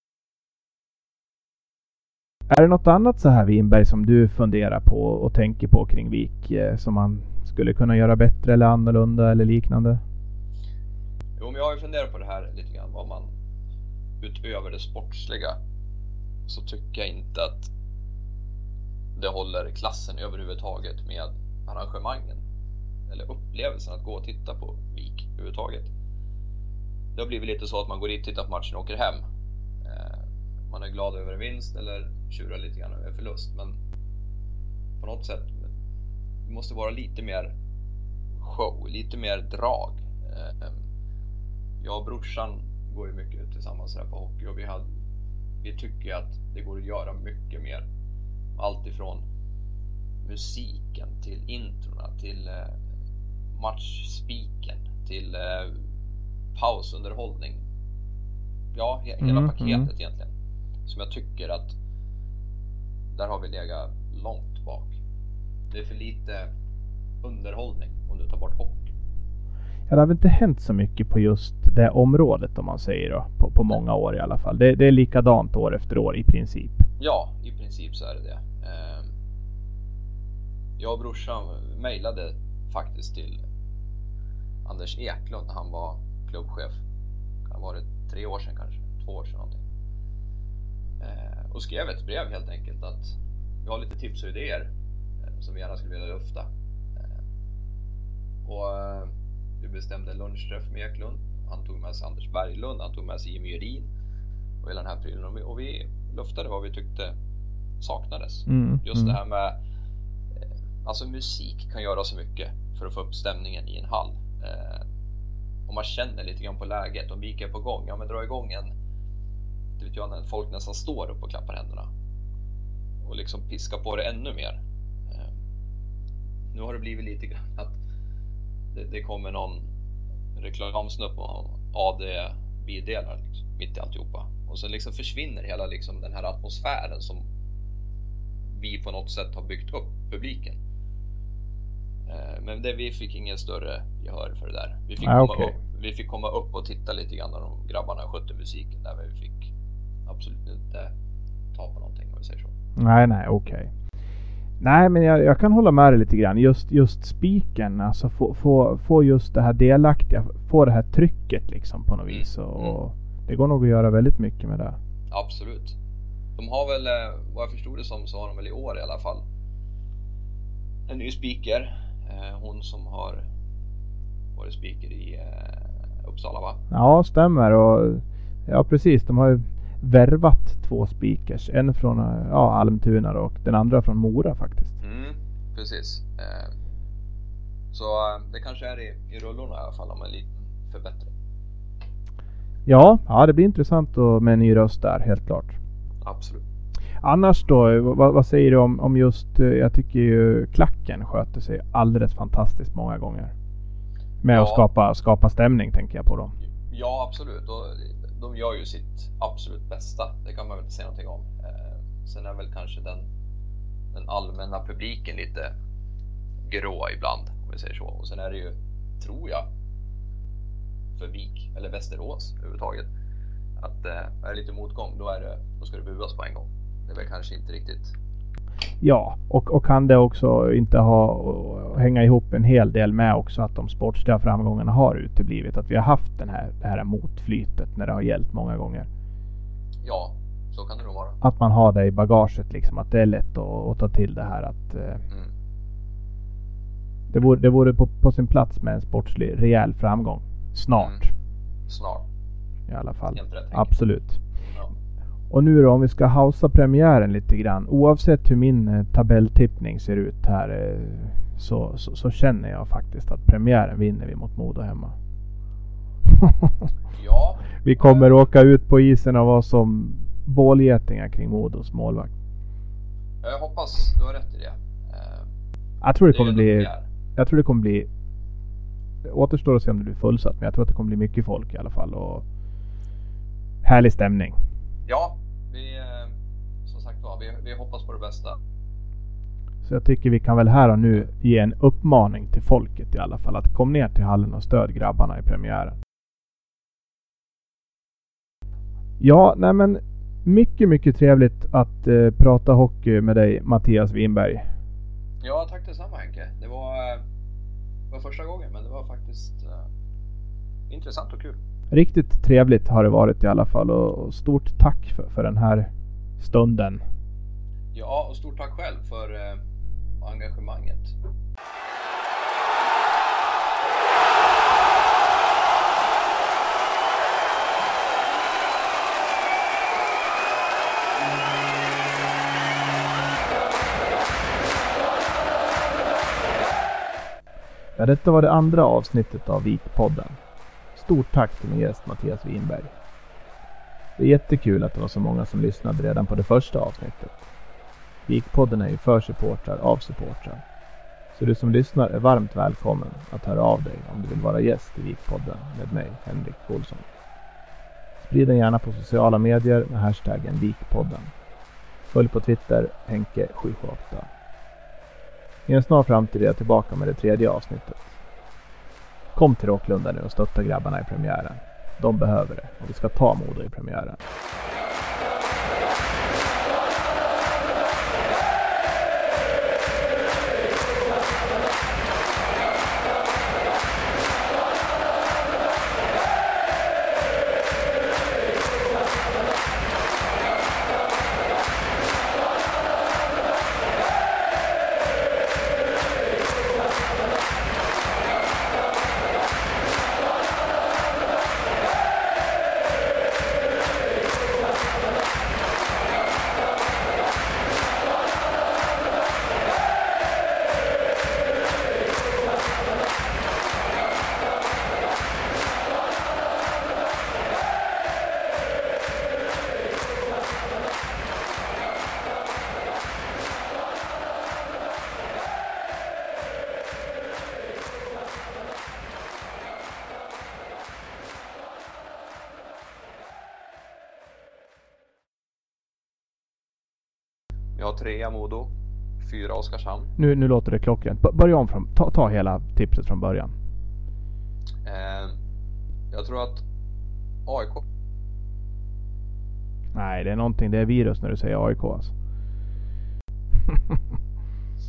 Speaker 2: Är det något annat så här, Winberg, som du funderar på och tänker på kring Vik eh, som man skulle kunna göra bättre eller annorlunda eller liknande?
Speaker 3: Jo, men jag har ju funderat på det här lite grann, vad man utöver det sportsliga så tycker jag inte att det håller klassen överhuvudtaget med arrangemangen eller upplevelsen att gå och titta på Vik överhuvudtaget. Det har blivit lite så att man går dit, tittar på matchen och åker hem. Man är glad över en vinst eller tjurar lite grann över förlust, men på något sätt det måste vara lite mer show, lite mer drag. Jag och brorsan går ju mycket ut tillsammans här på hockey och vi, hade, vi tycker att det går att göra mycket mer. Allt ifrån musiken till introna till matchspiken till pausunderhållning. Ja, hela
Speaker 2: mm,
Speaker 3: paketet
Speaker 2: mm.
Speaker 3: egentligen. Som jag tycker att där har vi legat långt bak. Det är för lite underhållning om du tar bort hockey.
Speaker 2: Ja, det har väl inte hänt så mycket på just det området, om man säger då, på, på många år i alla fall. Det, det är likadant år efter år i princip.
Speaker 3: Ja, i princip så är det det. Jag och brorsan mejlade faktiskt till Anders Eklund när han var klubbchef. Det har varit tre år sedan kanske, två år sedan någonting. Och skrev ett brev helt enkelt att vi har lite tips och idéer som vi gärna skulle vilja lufta. Och vi bestämde lunchträff med Eklund. Han tog med sig Anders Berglund, han tog med sig Jimmy Jurin och hela den här prylen. Och vi luftade vad vi tyckte saknades.
Speaker 2: Mm,
Speaker 3: Just
Speaker 2: mm.
Speaker 3: det här med, alltså musik kan göra så mycket för att få upp stämningen i en hall. Om man känner lite grann på läget, om vi är på gång, ja men dra igång en, det vet jag, när folk nästan står upp och klappar händerna och liksom piskar på det ännu mer. Nu har det blivit lite grann att det, det kommer någon reklamsnupp och A D bidelar liksom, mitt i alltihopa. Och så liksom försvinner hela liksom den här atmosfären som vi på något sätt har byggt upp publiken. Men det, vi fick ingen större gehör för det där. Vi fick,
Speaker 2: ah,
Speaker 3: komma
Speaker 2: okay.
Speaker 3: upp, vi fick komma upp och titta lite grann när de grabbarna skötte musiken där, vi fick absolut inte ta på någonting om vi säger så.
Speaker 2: Nej, nej, okej. Okay. Nej, men jag, jag kan hålla med dig lite grann. Just, just spiken, alltså få, få, få just det här delaktiga, få det här trycket liksom på något
Speaker 3: Mm.
Speaker 2: vis. Och
Speaker 3: Mm.
Speaker 2: det går nog att göra väldigt mycket med det.
Speaker 3: Absolut. De har väl, vad jag förstod det som, så har de väl i år i alla fall en ny speaker. Hon som har varit speaker i Uppsala, va?
Speaker 2: Ja, stämmer. Och, ja, precis. De har ju värvat två speakers. En från ja, Almtuna och den andra från Mora faktiskt.
Speaker 3: Mm, precis. Så det kanske är i, i rullorna i alla fall om en liten förbättring.
Speaker 2: Ja, ja, det blir intressant då med en ny röst där, helt klart.
Speaker 3: Absolut.
Speaker 2: Annars då, vad, vad säger du om, om just, jag tycker ju klacken sköter sig alldeles fantastiskt många gånger. Med
Speaker 3: Ja.
Speaker 2: att skapa, skapa stämning, tänker jag på dem.
Speaker 3: Ja, absolut. Och de gör ju sitt absolut bästa. Det kan man väl inte säga någonting om. Eh, sen är väl kanske den, den allmänna publiken lite grå ibland, om vi säger så. Och sen är det ju, tror jag, för Vik eller Västerås överhuvudtaget, att eh, är det lite motgång, då, är det, då ska det buas på en gång. Det är väl kanske inte riktigt.
Speaker 2: Ja, och, och kan det också inte ha och hänga ihop en hel del med också att de sportsliga framgångarna har uteblivit. Att vi har haft den här, det här motflytet när det har gällt många gånger.
Speaker 3: Ja, så kan det nog vara.
Speaker 2: Att man har det i bagaget liksom, att det är lätt att, att ta till det här att eh,
Speaker 3: Mm.
Speaker 2: det vore, det vore på, på sin plats med en sportslig rejäl framgång. Snart.
Speaker 3: Mm. Snart.
Speaker 2: I alla fall.
Speaker 3: Helt rätt tänkt.
Speaker 2: Absolut.
Speaker 3: Ja.
Speaker 2: Och nu då, om vi ska hausa premiären lite grann. Oavsett hur min eh, tabelltippning ser ut här eh, så, så, så känner jag faktiskt att premiären vinner vi mot Modo hemma.
Speaker 3: Ja.
Speaker 2: Vi kommer åka ut på isen och vara som bålgetingar kring Modos målvakt.
Speaker 3: Jag hoppas du har rätt i det. Eh,
Speaker 2: Jag tror det
Speaker 3: det är
Speaker 2: kommer
Speaker 3: ändå
Speaker 2: bli...
Speaker 3: premiär.
Speaker 2: Jag tror det kommer bli... Det återstår att se om det blir fullsatt, men jag tror att det kommer bli mycket folk i alla fall. Och härlig stämning.
Speaker 3: Ja, vi, eh, som sagt var, vi, vi hoppas på det bästa.
Speaker 2: Så jag tycker vi kan väl här och nu ge en uppmaning till folket i alla fall. Att kom ner till hallen och stöd grabbarna i premiären. Ja, nej men mycket, mycket trevligt att eh, prata hockey med dig, Mattias Winberg.
Speaker 3: Ja, tack detsamma Henke. Det var, eh, det var första gången, men det var faktiskt eh, intressant och kul.
Speaker 2: Riktigt trevligt har det varit i alla fall. Och, och stort tack för, för den här stunden.
Speaker 3: Ja, och stort tack själv för eh, engagemanget.
Speaker 2: Ja, detta var det andra avsnittet av Vikpodden. Stort tack till min gäst Mattias Winberg. Det är jättekul att det var så många som lyssnade redan på det första avsnittet. Vikpodden är ju för supportrar av supportrar. Så du som lyssnar är varmt välkommen att höra av dig om du vill vara gäst i Vikpodden med mig, Henrik Olsson. Sprid den gärna på sociala medier med hashtaggen Vikpodden. Följ på Twitter, Henke sju sju åtta. I en snar framtid är jag tillbaka med det tredje avsnittet. Kom till Råklunda nu och stötta grabbarna i premiären. De behöver det och vi ska ta Modo i premiären.
Speaker 3: Vi har trea Modo, fyra Oskarshamn.
Speaker 2: Nu, nu låter det klockrent. B- börja om från, ta, ta hela tipset från början.
Speaker 3: Eh, jag tror att A I K.
Speaker 2: Nej, det är någonting, det är virus när du säger A I K alltså.